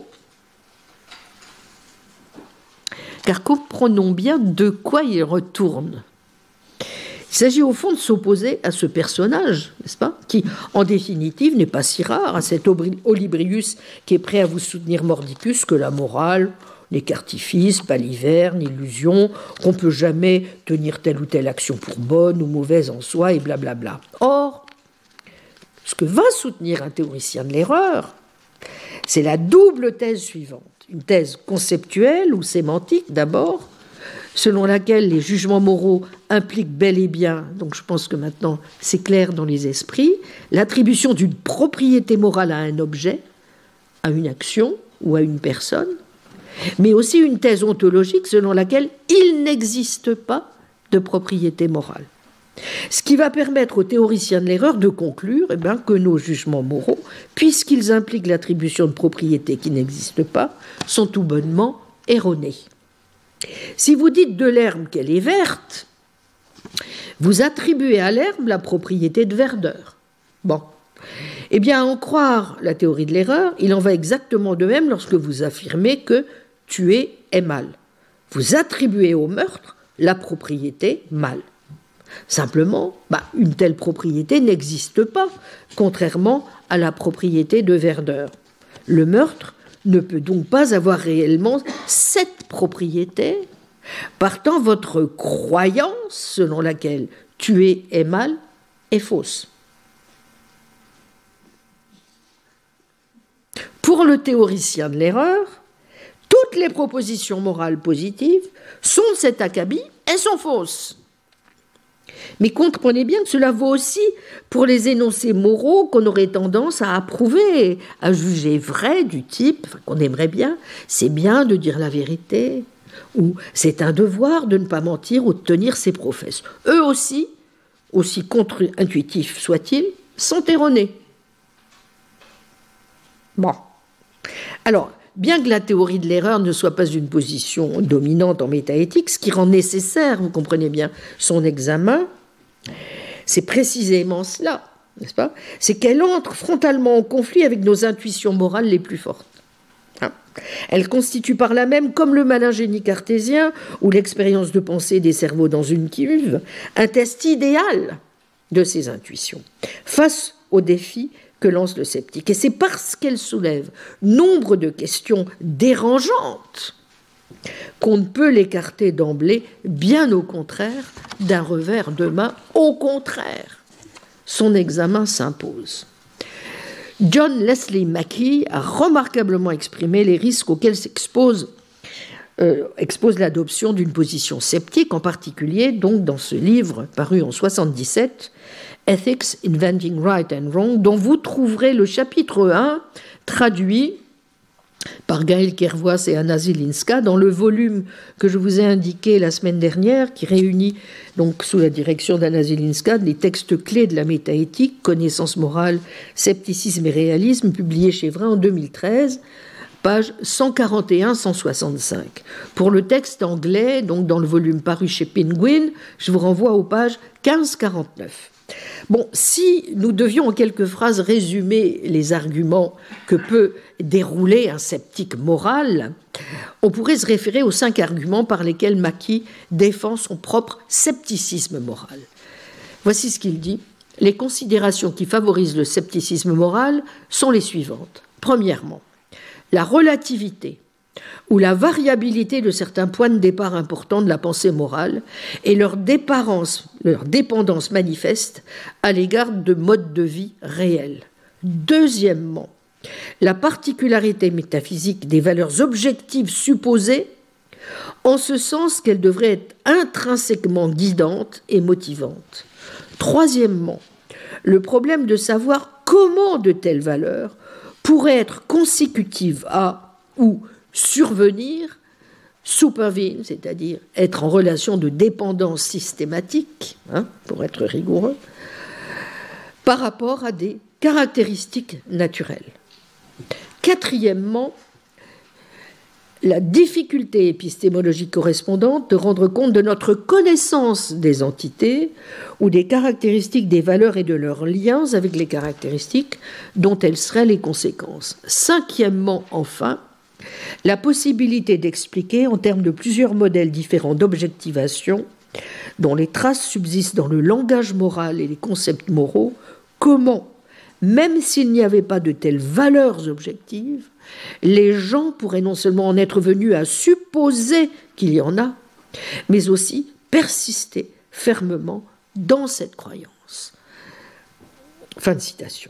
Car comprenons bien de quoi il retourne. Il s'agit au fond de s'opposer à ce personnage, n'est-ce pas, qui, en définitive, n'est pas si rare, à cet Olybrius qui est prêt à vous soutenir mordicus que la morale n'est qu'artifice, baliverne, illusion, qu'on ne peut jamais tenir telle ou telle action pour bonne ou mauvaise en soi, et blablabla. Or, ce que va soutenir un théoricien de l'erreur, c'est la double thèse suivante. Une thèse conceptuelle ou sémantique d'abord, selon laquelle les jugements moraux impliquent bel et bien, donc je pense que maintenant c'est clair dans les esprits, l'attribution d'une propriété morale à un objet, à une action ou à une personne, mais aussi une thèse ontologique selon laquelle il n'existe pas de propriété morale. Ce qui va permettre aux théoriciens de l'erreur de conclure que nos jugements moraux, puisqu'ils impliquent l'attribution de propriétés qui n'existent pas, sont tout bonnement erronés. Si vous dites de l'herbe qu'elle est verte, vous attribuez à l'herbe la propriété de verdeur. Bon. Eh bien, à en croire la théorie de l'erreur, il en va exactement de même lorsque vous affirmez que tuer est mal. Vous attribuez au meurtre la propriété mal. Simplement, une telle propriété n'existe pas, contrairement à la propriété de verdeur. Le meurtre ne peut donc pas avoir réellement cette propriété. Partant, votre croyance selon laquelle tuer est mal est fausse. Pour le théoricien de l'erreur, toutes les propositions morales positives sont de cet acabit et sont fausses. Mais comprenez bien que cela vaut aussi pour les énoncés moraux qu'on aurait tendance à approuver, à juger vrais du type, qu'on aimerait bien, c'est bien de dire la vérité, ou c'est un devoir de ne pas mentir ou de tenir ses promesses. Eux aussi contre-intuitifs soient-ils, sont erronés. Bon. Alors, bien que la théorie de l'erreur ne soit pas une position dominante en métaéthique, ce qui rend nécessaire, vous comprenez bien, son examen, c'est précisément cela, n'est-ce pas? C'est qu'elle entre frontalement en conflit avec nos intuitions morales les plus fortes. Elle constitue par là même, comme le malin génie cartésien ou l'expérience de pensée des cerveaux dans une cuve, un test idéal de ces intuitions, face aux défis que lance le sceptique. Et c'est parce qu'elle soulève nombre de questions dérangeantes qu'on ne peut l'écarter d'emblée, bien au contraire, d'un revers de main. Au contraire, son examen s'impose. John Leslie Mackie a remarquablement exprimé les risques auxquels expose l'adoption d'une position sceptique, en particulier donc dans ce livre paru en 1977, Ethics, Inventing Right and Wrong, dont vous trouverez le chapitre 1 traduit par Gaël Kervois et Anna Zielinska dans le volume que je vous ai indiqué la semaine dernière, qui réunit donc sous la direction d'Anna Zielinska les textes clés de la métaéthique, connaissance morale, scepticisme et réalisme, publié chez Vrin en 2013, pages 141-165. Pour le texte anglais, donc dans le volume paru chez Penguin, je vous renvoie aux pages 15-49. Bon, si nous devions en quelques phrases résumer les arguments que peut dérouler un sceptique moral, on pourrait se référer aux 5 arguments par lesquels Mackie défend son propre scepticisme moral. Voici ce qu'il dit. Les considérations qui favorisent le scepticisme moral sont les suivantes. Premièrement, la relativité ou la variabilité de certains points de départ importants de la pensée morale et leur dépendance manifeste à l'égard de modes de vie réels. Deuxièmement, la particularité métaphysique des valeurs objectives supposées, en ce sens qu'elles devraient être intrinsèquement guidantes et motivantes. Troisièmement, le problème de savoir comment de telles valeurs pourraient être consécutives à ou survenir, supervene, c'est-à-dire être en relation de dépendance systématique, pour être rigoureux, par rapport à des caractéristiques naturelles. Quatrièmement, la difficulté épistémologique correspondante de rendre compte de notre connaissance des entités ou des caractéristiques des valeurs et de leurs liens avec les caractéristiques dont elles seraient les conséquences. Cinquièmement, enfin, la possibilité d'expliquer en termes de plusieurs modèles différents d'objectivation dont les traces subsistent dans le langage moral et les concepts moraux, comment, même s'il n'y avait pas de telles valeurs objectives, les gens pourraient non seulement en être venus à supposer qu'il y en a, mais aussi persister fermement dans cette croyance. Fin de citation.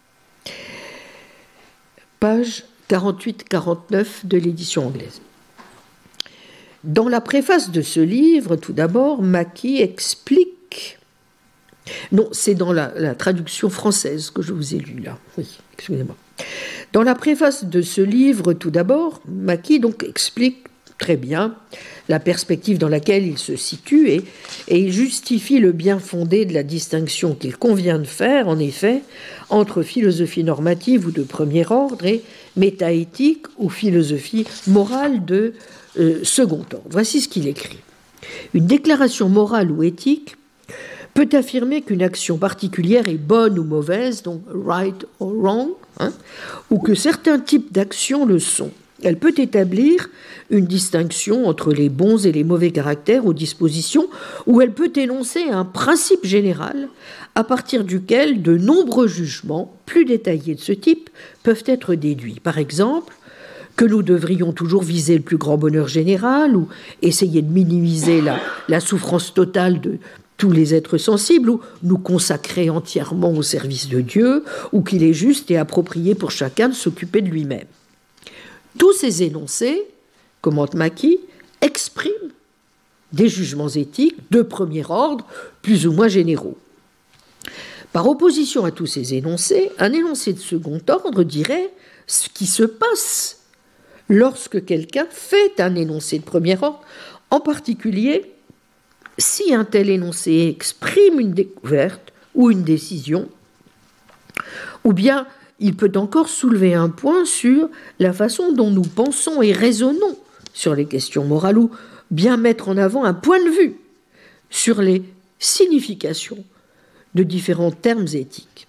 Page 48-49 de l'édition anglaise. Dans la préface de ce livre, tout d'abord, Mackie explique... Non, c'est dans la traduction française que je vous ai lue là. Oui, excusez-moi. Dans la préface de ce livre, tout d'abord, Mackie donc explique très bien la perspective dans laquelle il se situe et il justifie le bien fondé de la distinction qu'il convient de faire, en effet, entre philosophie normative ou de premier ordre et métaéthique ou philosophie morale de second ordre. Voici ce qu'il écrit. Une déclaration morale ou éthique peut affirmer qu'une action particulière est bonne ou mauvaise, donc right or wrong, ou que certains types d'actions le sont. Elle peut établir une distinction entre les bons et les mauvais caractères ou dispositions, ou elle peut énoncer un principe général à partir duquel de nombreux jugements plus détaillés de ce type peuvent être déduits. Par exemple, que nous devrions toujours viser le plus grand bonheur général ou essayer de minimiser la souffrance totale de tous les êtres sensibles, ou nous consacrer entièrement au service de Dieu, ou qu'il est juste et approprié pour chacun de s'occuper de lui-même. Tous ces énoncés, commente Mackie, expriment des jugements éthiques de premier ordre, plus ou moins généraux. Par opposition à tous ces énoncés, un énoncé de second ordre dirait ce qui se passe lorsque quelqu'un fait un énoncé de premier ordre, en particulier si un tel énoncé exprime une découverte ou une décision, ou bien il peut encore soulever un point sur la façon dont nous pensons et raisonnons sur les questions morales, ou bien mettre en avant un point de vue sur les significations de différents termes éthiques.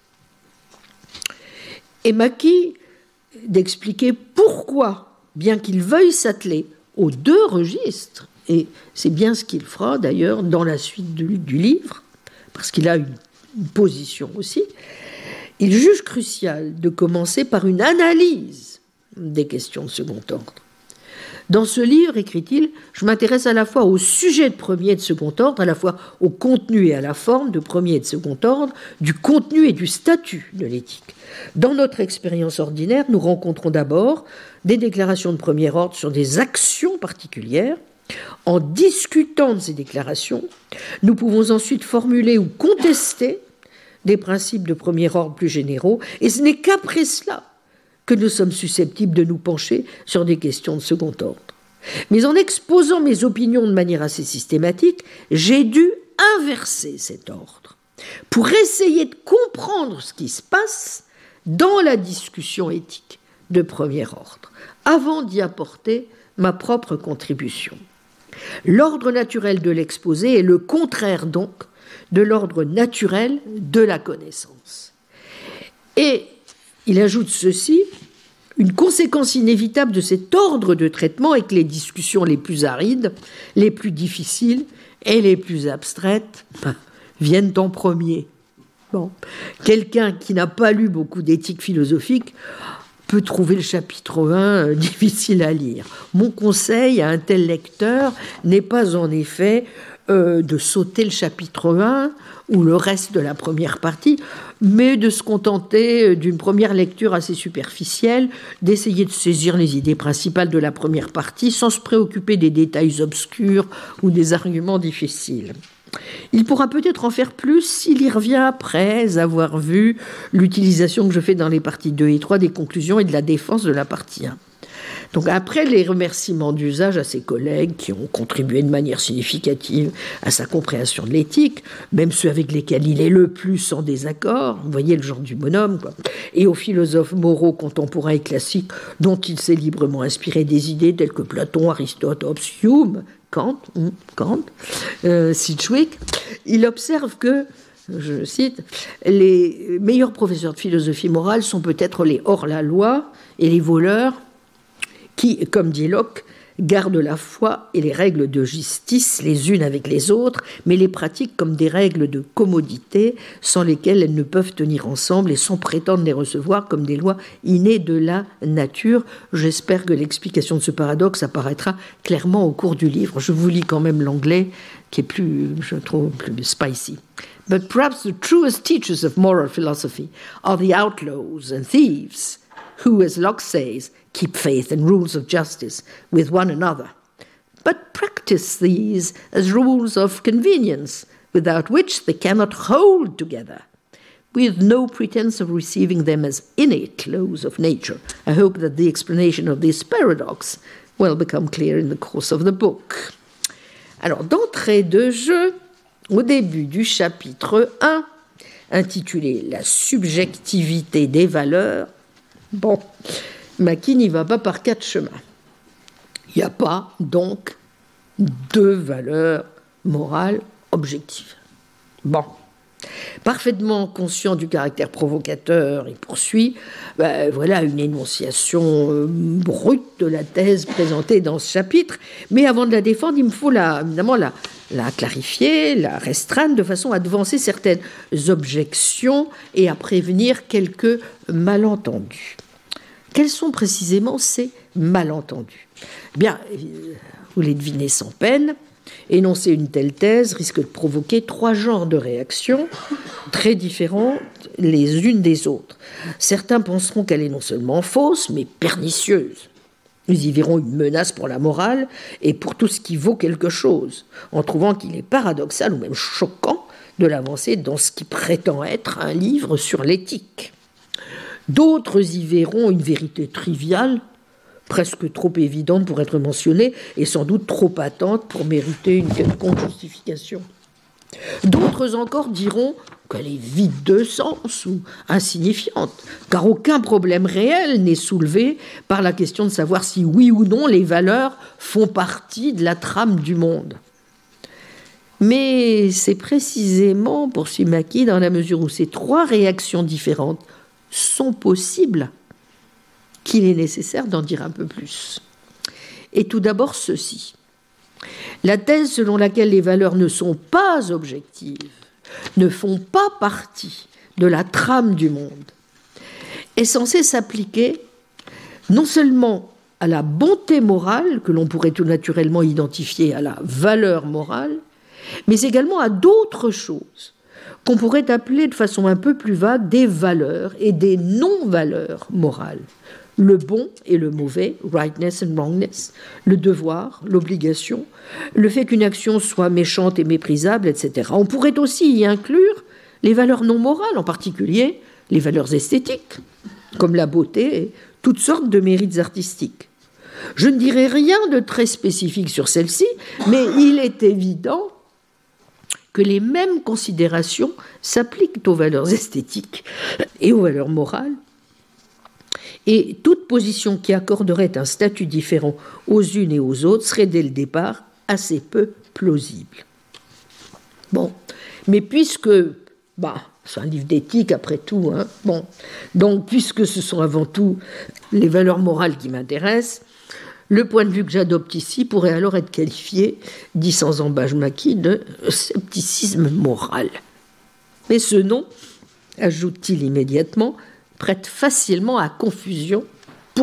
Et Mackie d'expliquer pourquoi, bien qu'il veuille s'atteler aux deux registres, et c'est bien ce qu'il fera d'ailleurs dans la suite du livre, parce qu'il a une position aussi, il juge crucial de commencer par une analyse des questions de second ordre. Dans ce livre, écrit-il, je m'intéresse à la fois au sujet de premier et de second ordre, à la fois au contenu et à la forme de premier et de second ordre, du contenu et du statut de l'éthique. Dans notre expérience ordinaire, nous rencontrons d'abord des déclarations de premier ordre sur des actions particulières. En discutant de ces déclarations, nous pouvons ensuite formuler ou contester des principes de premier ordre plus généraux, et ce n'est qu'après cela que nous sommes susceptibles de nous pencher sur des questions de second ordre. Mais en exposant mes opinions de manière assez systématique, j'ai dû inverser cet ordre pour essayer de comprendre ce qui se passe dans la discussion éthique de premier ordre, avant d'y apporter ma propre contribution. L'ordre naturel de l'exposé est le contraire donc de l'ordre naturel de la connaissance. Et il ajoute ceci, une conséquence inévitable de cet ordre de traitement est que les discussions les plus arides, les plus difficiles et les plus abstraites viennent en premier. Bon. Quelqu'un qui n'a pas lu beaucoup d'éthique philosophique peut trouver le chapitre 1 difficile à lire. Mon conseil à un tel lecteur n'est pas en effet de sauter le chapitre 1 ou le reste de la première partie, mais de se contenter d'une première lecture assez superficielle, d'essayer de saisir les idées principales de la première partie sans se préoccuper des détails obscurs ou des arguments difficiles. Il pourra peut-être en faire plus s'il y revient après avoir vu l'utilisation que je fais dans les parties 2 et 3 des conclusions et de la défense de la partie 1. Donc après les remerciements d'usage à ses collègues qui ont contribué de manière significative à sa compréhension de l'éthique, même ceux avec lesquels il est le plus en désaccord, vous voyez le genre du bonhomme, quoi, et aux philosophes moraux contemporains et classiques dont il s'est librement inspiré des idées telles que Platon, Aristote, Hobbes, Hume, Kant, Sidgwick, il observe que, je cite, les meilleurs professeurs de philosophie morale sont peut-être les hors-la-loi et les voleurs qui, comme dit Locke, gardent la foi et les règles de justice les unes avec les autres, mais les pratiquent comme des règles de commodité sans lesquelles elles ne peuvent tenir ensemble et sans prétendre les recevoir comme des lois innées de la nature. J'espère que l'explication de ce paradoxe apparaîtra clairement au cours du livre. Je vous lis quand même l'anglais qui est plus, je trouve, plus spicy. But perhaps the truest teachers of moral philosophy are the outlaws and thieves who, as Locke says, keep faith and rules of justice with one another, but practice these as rules of convenience, without which they cannot hold together, with no pretense of receiving them as innate laws of nature. I hope that the explanation of this paradox will become clear in the course of the book. Alors, d'entrée de jeu, au début du chapitre 1, intitulé « La subjectivité des valeurs », bon, Mackie n'y va pas par quatre chemins. Il n'y a pas, donc, deux valeurs morales objectives. Bon. Parfaitement conscient du caractère provocateur, il poursuit, voilà une énonciation brute de la thèse présentée dans ce chapitre, mais avant de la défendre, il me faut évidemment la clarifier, la restreindre de façon à devancer certaines objections et à prévenir quelques malentendus. Quels sont précisément ces malentendus ? Eh bien, vous les devinez sans peine. Énoncer une telle thèse risque de provoquer trois genres de réactions très différentes les unes des autres. Certains penseront qu'elle est non seulement fausse, mais pernicieuse. Ils y verront une menace pour la morale et pour tout ce qui vaut quelque chose, en trouvant qu'il est paradoxal ou même choquant de l'avancer dans ce qui prétend être un livre sur l'éthique. D'autres y verront une vérité triviale, presque trop évidente pour être mentionnée et sans doute trop patente pour mériter une quelconque justification. D'autres encore diront qu'elle est vide de sens ou insignifiante, car aucun problème réel n'est soulevé par la question de savoir si oui ou non les valeurs font partie de la trame du monde. Mais c'est précisément, poursuit Mackie, dans la mesure où ces trois réactions différentes sont possibles, qu'il est nécessaire d'en dire un peu plus. Et tout d'abord ceci. La thèse selon laquelle les valeurs ne sont pas objectives, ne font pas partie de la trame du monde, est censée s'appliquer non seulement à la bonté morale, que l'on pourrait tout naturellement identifier à la valeur morale, mais également à d'autres choses qu'on pourrait appeler de façon un peu plus vague des valeurs et des non-valeurs morales. Le bon et le mauvais, rightness and wrongness, le devoir, l'obligation, le fait qu'une action soit méchante et méprisable, etc. On pourrait aussi y inclure les valeurs non morales, en particulier les valeurs esthétiques, comme la beauté et toutes sortes de mérites artistiques. Je ne dirai rien de très spécifique sur celle-ci, mais il est évident que les mêmes considérations s'appliquent aux valeurs esthétiques et aux valeurs morales, et toute position qui accorderait un statut différent aux unes et aux autres serait dès le départ assez peu plausible. Bon, mais puisque, c'est un livre d'éthique après tout, donc puisque ce sont avant tout les valeurs morales qui m'intéressent, le point de vue que j'adopte ici pourrait alors être qualifié, dit sans embâche Mackie, de scepticisme moral. Mais ce nom, ajoute-t-il immédiatement, prête facilement à confusion. Pourquoi ?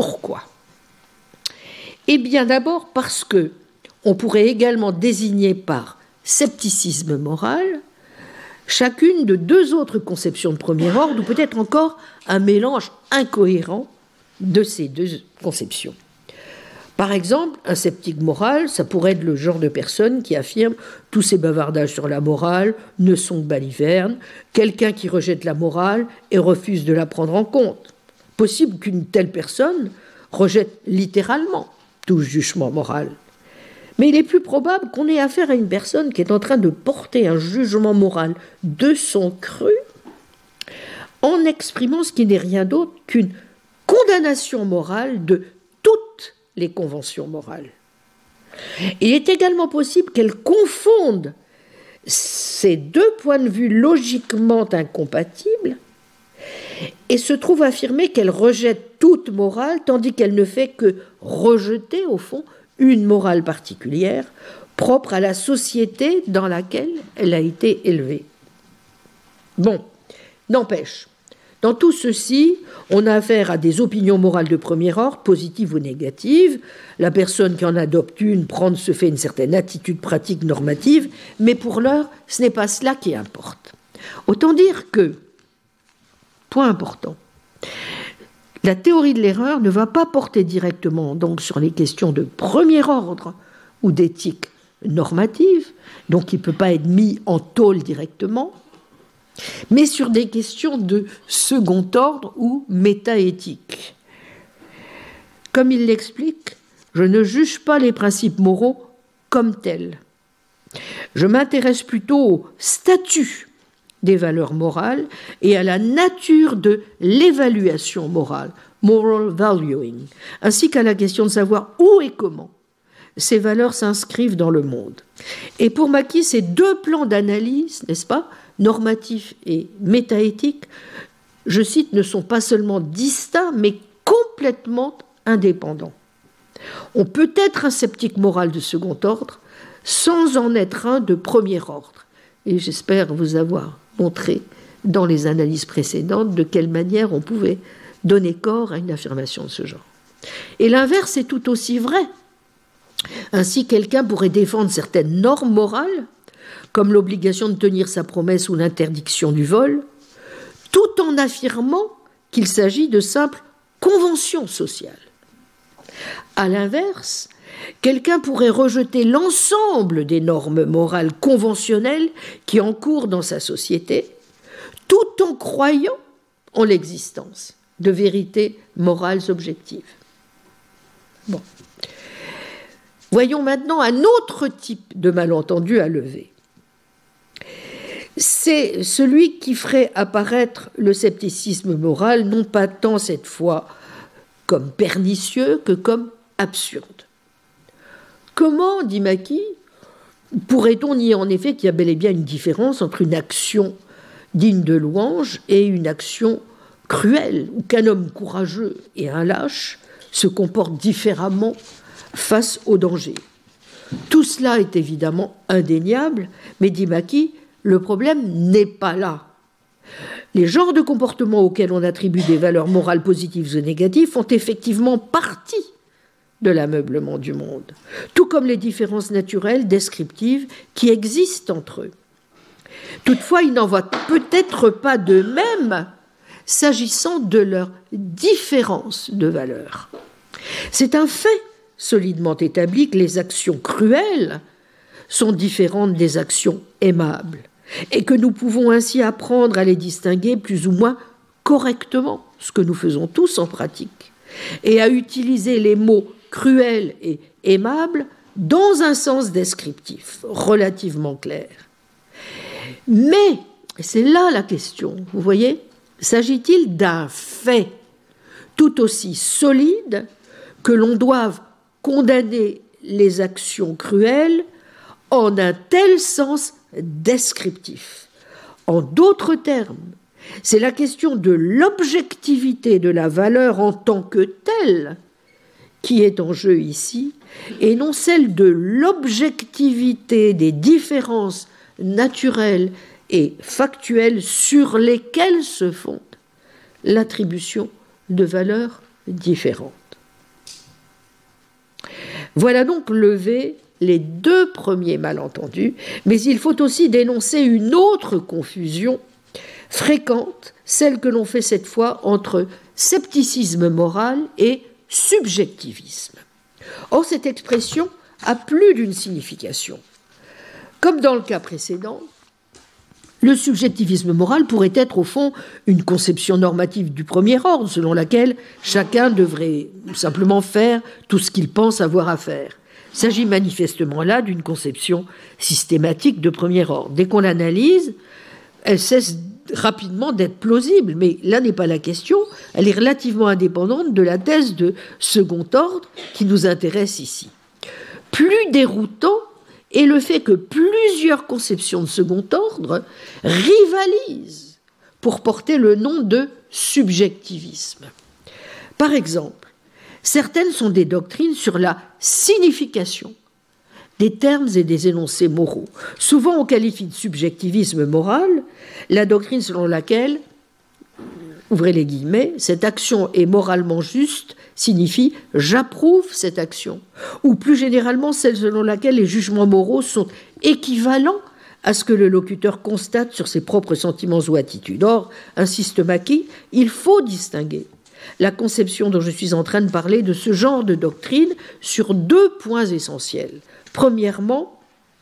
Eh bien d'abord parce que on pourrait également désigner par scepticisme moral chacune de deux autres conceptions de premier ordre, ou peut-être encore un mélange incohérent de ces deux conceptions. Par exemple, un sceptique moral, ça pourrait être le genre de personne qui affirme « tous ces bavardages sur la morale ne sont que balivernes », quelqu'un qui rejette la morale et refuse de la prendre en compte. Possible qu'une telle personne rejette littéralement tout jugement moral. Mais il est plus probable qu'on ait affaire à une personne qui est en train de porter un jugement moral de son cru en exprimant ce qui n'est rien d'autre qu'une condamnation morale de toutes les conventions morales. Il est également possible qu'elle confonde ces deux points de vue logiquement incompatibles et se trouve affirmer qu'elle rejette toute morale tandis qu'elle ne fait que rejeter au fond une morale particulière propre à la société dans laquelle elle a été élevée. Bon, n'empêche, dans tout ceci, on a affaire à des opinions morales de premier ordre, positives ou négatives. La personne qui en adopte une se fait une certaine attitude pratique normative, mais pour l'heure, ce n'est pas cela qui importe. Autant dire que, point important, la théorie de l'erreur ne va pas porter directement donc sur les questions de premier ordre ou d'éthique normative, donc il ne peut pas être mis en tôle directement, mais sur des questions de second ordre ou métaéthique. Comme il l'explique, je ne juge pas les principes moraux comme tels. Je m'intéresse plutôt au statut des valeurs morales et à la nature de l'évaluation morale, moral valuing, ainsi qu'à la question de savoir où et comment ces valeurs s'inscrivent dans le monde. Et pour Mackie, ces deux plans d'analyse, n'est-ce pas, normatif et métaéthique, je cite, ne sont pas seulement distincts, mais complètement indépendants. On peut être un sceptique moral de second ordre sans en être un de premier ordre. Et j'espère vous avoir montré dans les analyses précédentes de quelle manière on pouvait donner corps à une affirmation de ce genre. Et l'inverse est tout aussi vrai. Ainsi, quelqu'un pourrait défendre certaines normes morales, comme l'obligation de tenir sa promesse ou l'interdiction du vol, tout en affirmant qu'il s'agit de simples conventions sociales. À l'inverse, quelqu'un pourrait rejeter l'ensemble des normes morales conventionnelles qui encourent dans sa société, tout en croyant en l'existence de vérités morales objectives. Bon. Voyons maintenant un autre type de malentendu à lever. C'est celui qui ferait apparaître le scepticisme moral, non pas tant cette fois comme pernicieux que comme absurde. Comment, dit Mackie, pourrait-on nier en effet qu'il y a bel et bien une différence entre une action digne de louange et une action cruelle, ou qu'un homme courageux et un lâche se comportent différemment face au danger. Tout cela est évidemment indéniable, mais, dit Mackie, le problème n'est pas là. Les genres de comportements auxquels on attribue des valeurs morales positives ou négatives font effectivement partie de l'ameublement du monde, tout comme les différences naturelles descriptives qui existent entre eux. Toutefois, il n'en va peut-être pas de même s'agissant de leur différence de valeur. C'est un fait solidement établi que les actions cruelles sont différentes des actions aimables et que nous pouvons ainsi apprendre à les distinguer plus ou moins correctement, ce que nous faisons tous en pratique, et à utiliser les mots cruel et aimable dans un sens descriptif relativement clair. Mais, c'est là la question, vous voyez, s'agit-il d'un fait tout aussi solide que l'on doive condamner les actions cruelles en un tel sens descriptif? En d'autres termes, c'est la question de l'objectivité de la valeur en tant que telle qui est en jeu ici, et non celle de l'objectivité des différences naturelles et factuelles sur lesquelles se fonde l'attribution de valeurs différentes. Voilà donc levés les deux premiers malentendus, mais il faut aussi dénoncer une autre confusion fréquente, celle que l'on fait cette fois entre scepticisme moral et subjectivisme. Or, cette expression a plus d'une signification. Comme dans le cas précédent, Le subjectivisme moral pourrait être au fond une conception normative du premier ordre, selon laquelle chacun devrait simplement faire tout ce qu'il pense avoir à faire. Il s'agit manifestement là d'une conception systématique de premier ordre. Dès qu'on l'analyse, elle cesse rapidement d'être plausible, mais là n'est pas la question, elle est relativement indépendante de la thèse de second ordre qui nous intéresse ici. Plus déroutant est le fait que plusieurs conceptions de second ordre rivalisent pour porter le nom de subjectivisme. Par exemple, certaines sont des doctrines sur la signification des termes et des énoncés moraux. Souvent, on qualifie de subjectivisme moral la doctrine selon laquelle, ouvrez les guillemets, cette action est moralement juste signifie « j'approuve cette action », ou plus généralement celle selon laquelle les jugements moraux sont équivalents à ce que le locuteur constate sur ses propres sentiments ou attitudes. Or, insiste Mackie, il faut distinguer la conception dont je suis en train de parler de ce genre de doctrine sur deux points essentiels. Premièrement,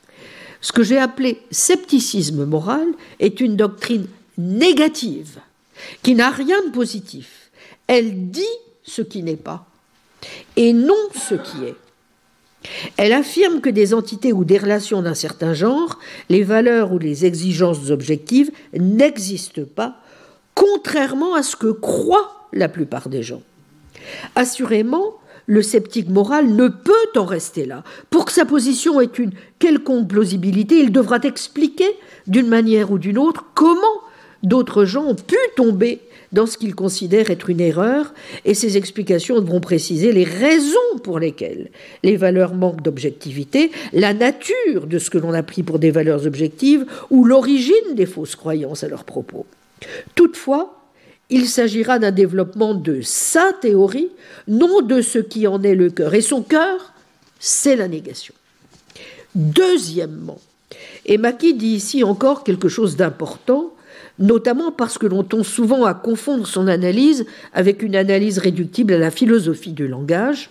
ce que j'ai appelé scepticisme moral est une doctrine négative qui n'a rien de positif. Elle dit ce qui n'est pas et non ce qui est. Elle affirme que des entités ou des relations d'un certain genre, les valeurs ou les exigences objectives n'existent pas, contrairement à ce que croient la plupart des gens. Assurément, le sceptique moral ne peut en rester là. Pour que sa position ait une quelconque plausibilité, il devra expliquer d'une manière ou d'une autre comment d'autres gens ont pu tomber dans ce qu'ils considèrent être une erreur, et ces explications devront préciser les raisons pour lesquelles les valeurs manquent d'objectivité, la nature de ce que l'on a pris pour des valeurs objectives ou l'origine des fausses croyances à leur propos. Toutefois, il s'agira d'un développement de sa théorie, non de ce qui en est le cœur. Et son cœur, c'est la négation. Deuxièmement, et Mackie dit ici encore quelque chose d'important, notamment parce que l'on tend souvent à confondre son analyse avec une analyse réductible à la philosophie du langage.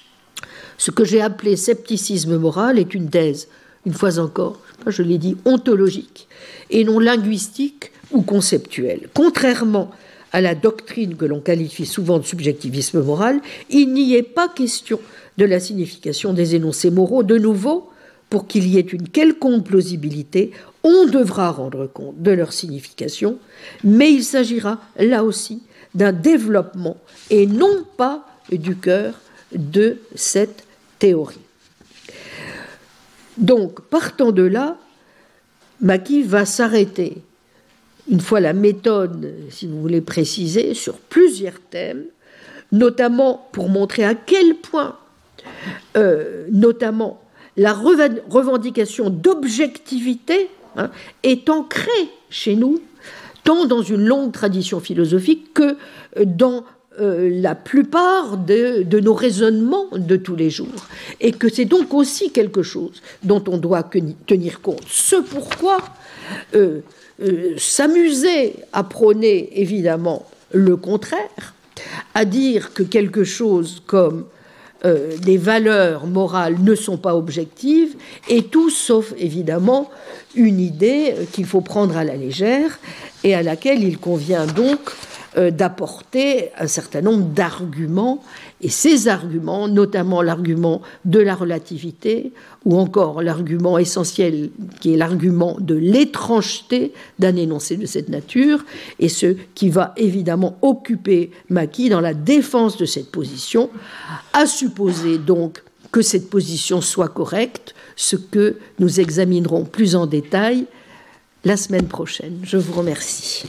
Ce que j'ai appelé scepticisme moral est une thèse, une fois encore, je l'ai dit, ontologique, et non linguistique ou conceptuelle. Contrairement à la doctrine que l'on qualifie souvent de subjectivisme moral, il n'y est pas question de la signification des énoncés moraux. De nouveau, pour qu'il y ait une quelconque plausibilité, on devra rendre compte de leur signification, mais il s'agira là aussi d'un développement et non pas du cœur de cette théorie. Donc, partant de là, Mackie va s'arrêter, une fois la méthode, si vous voulez préciser, sur plusieurs thèmes, notamment pour montrer à quel point, notamment, la revendication d'objectivité est ancrée chez nous, tant dans une longue tradition philosophique que dans la plupart de nos raisonnements de tous les jours, et que c'est donc aussi quelque chose dont on doit tenir compte. Ce pourquoi s'amuser à prôner évidemment le contraire, à dire que quelque chose comme des valeurs morales ne sont pas objectives, est tout sauf évidemment une idée qu'il faut prendre à la légère et à laquelle il convient donc d'apporter un certain nombre d'arguments, et ces arguments, notamment l'argument de la relativité, ou encore l'argument essentiel qui est l'argument de l'étrangeté d'un énoncé de cette nature, et ce qui va évidemment occuper Mackie dans la défense de cette position, à supposer donc que cette position soit correcte, ce que nous examinerons plus en détail la semaine prochaine. Je vous remercie.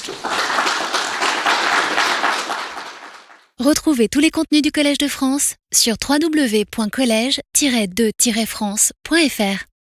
Retrouvez tous les contenus du Collège de France sur www.collège-2-france.fr.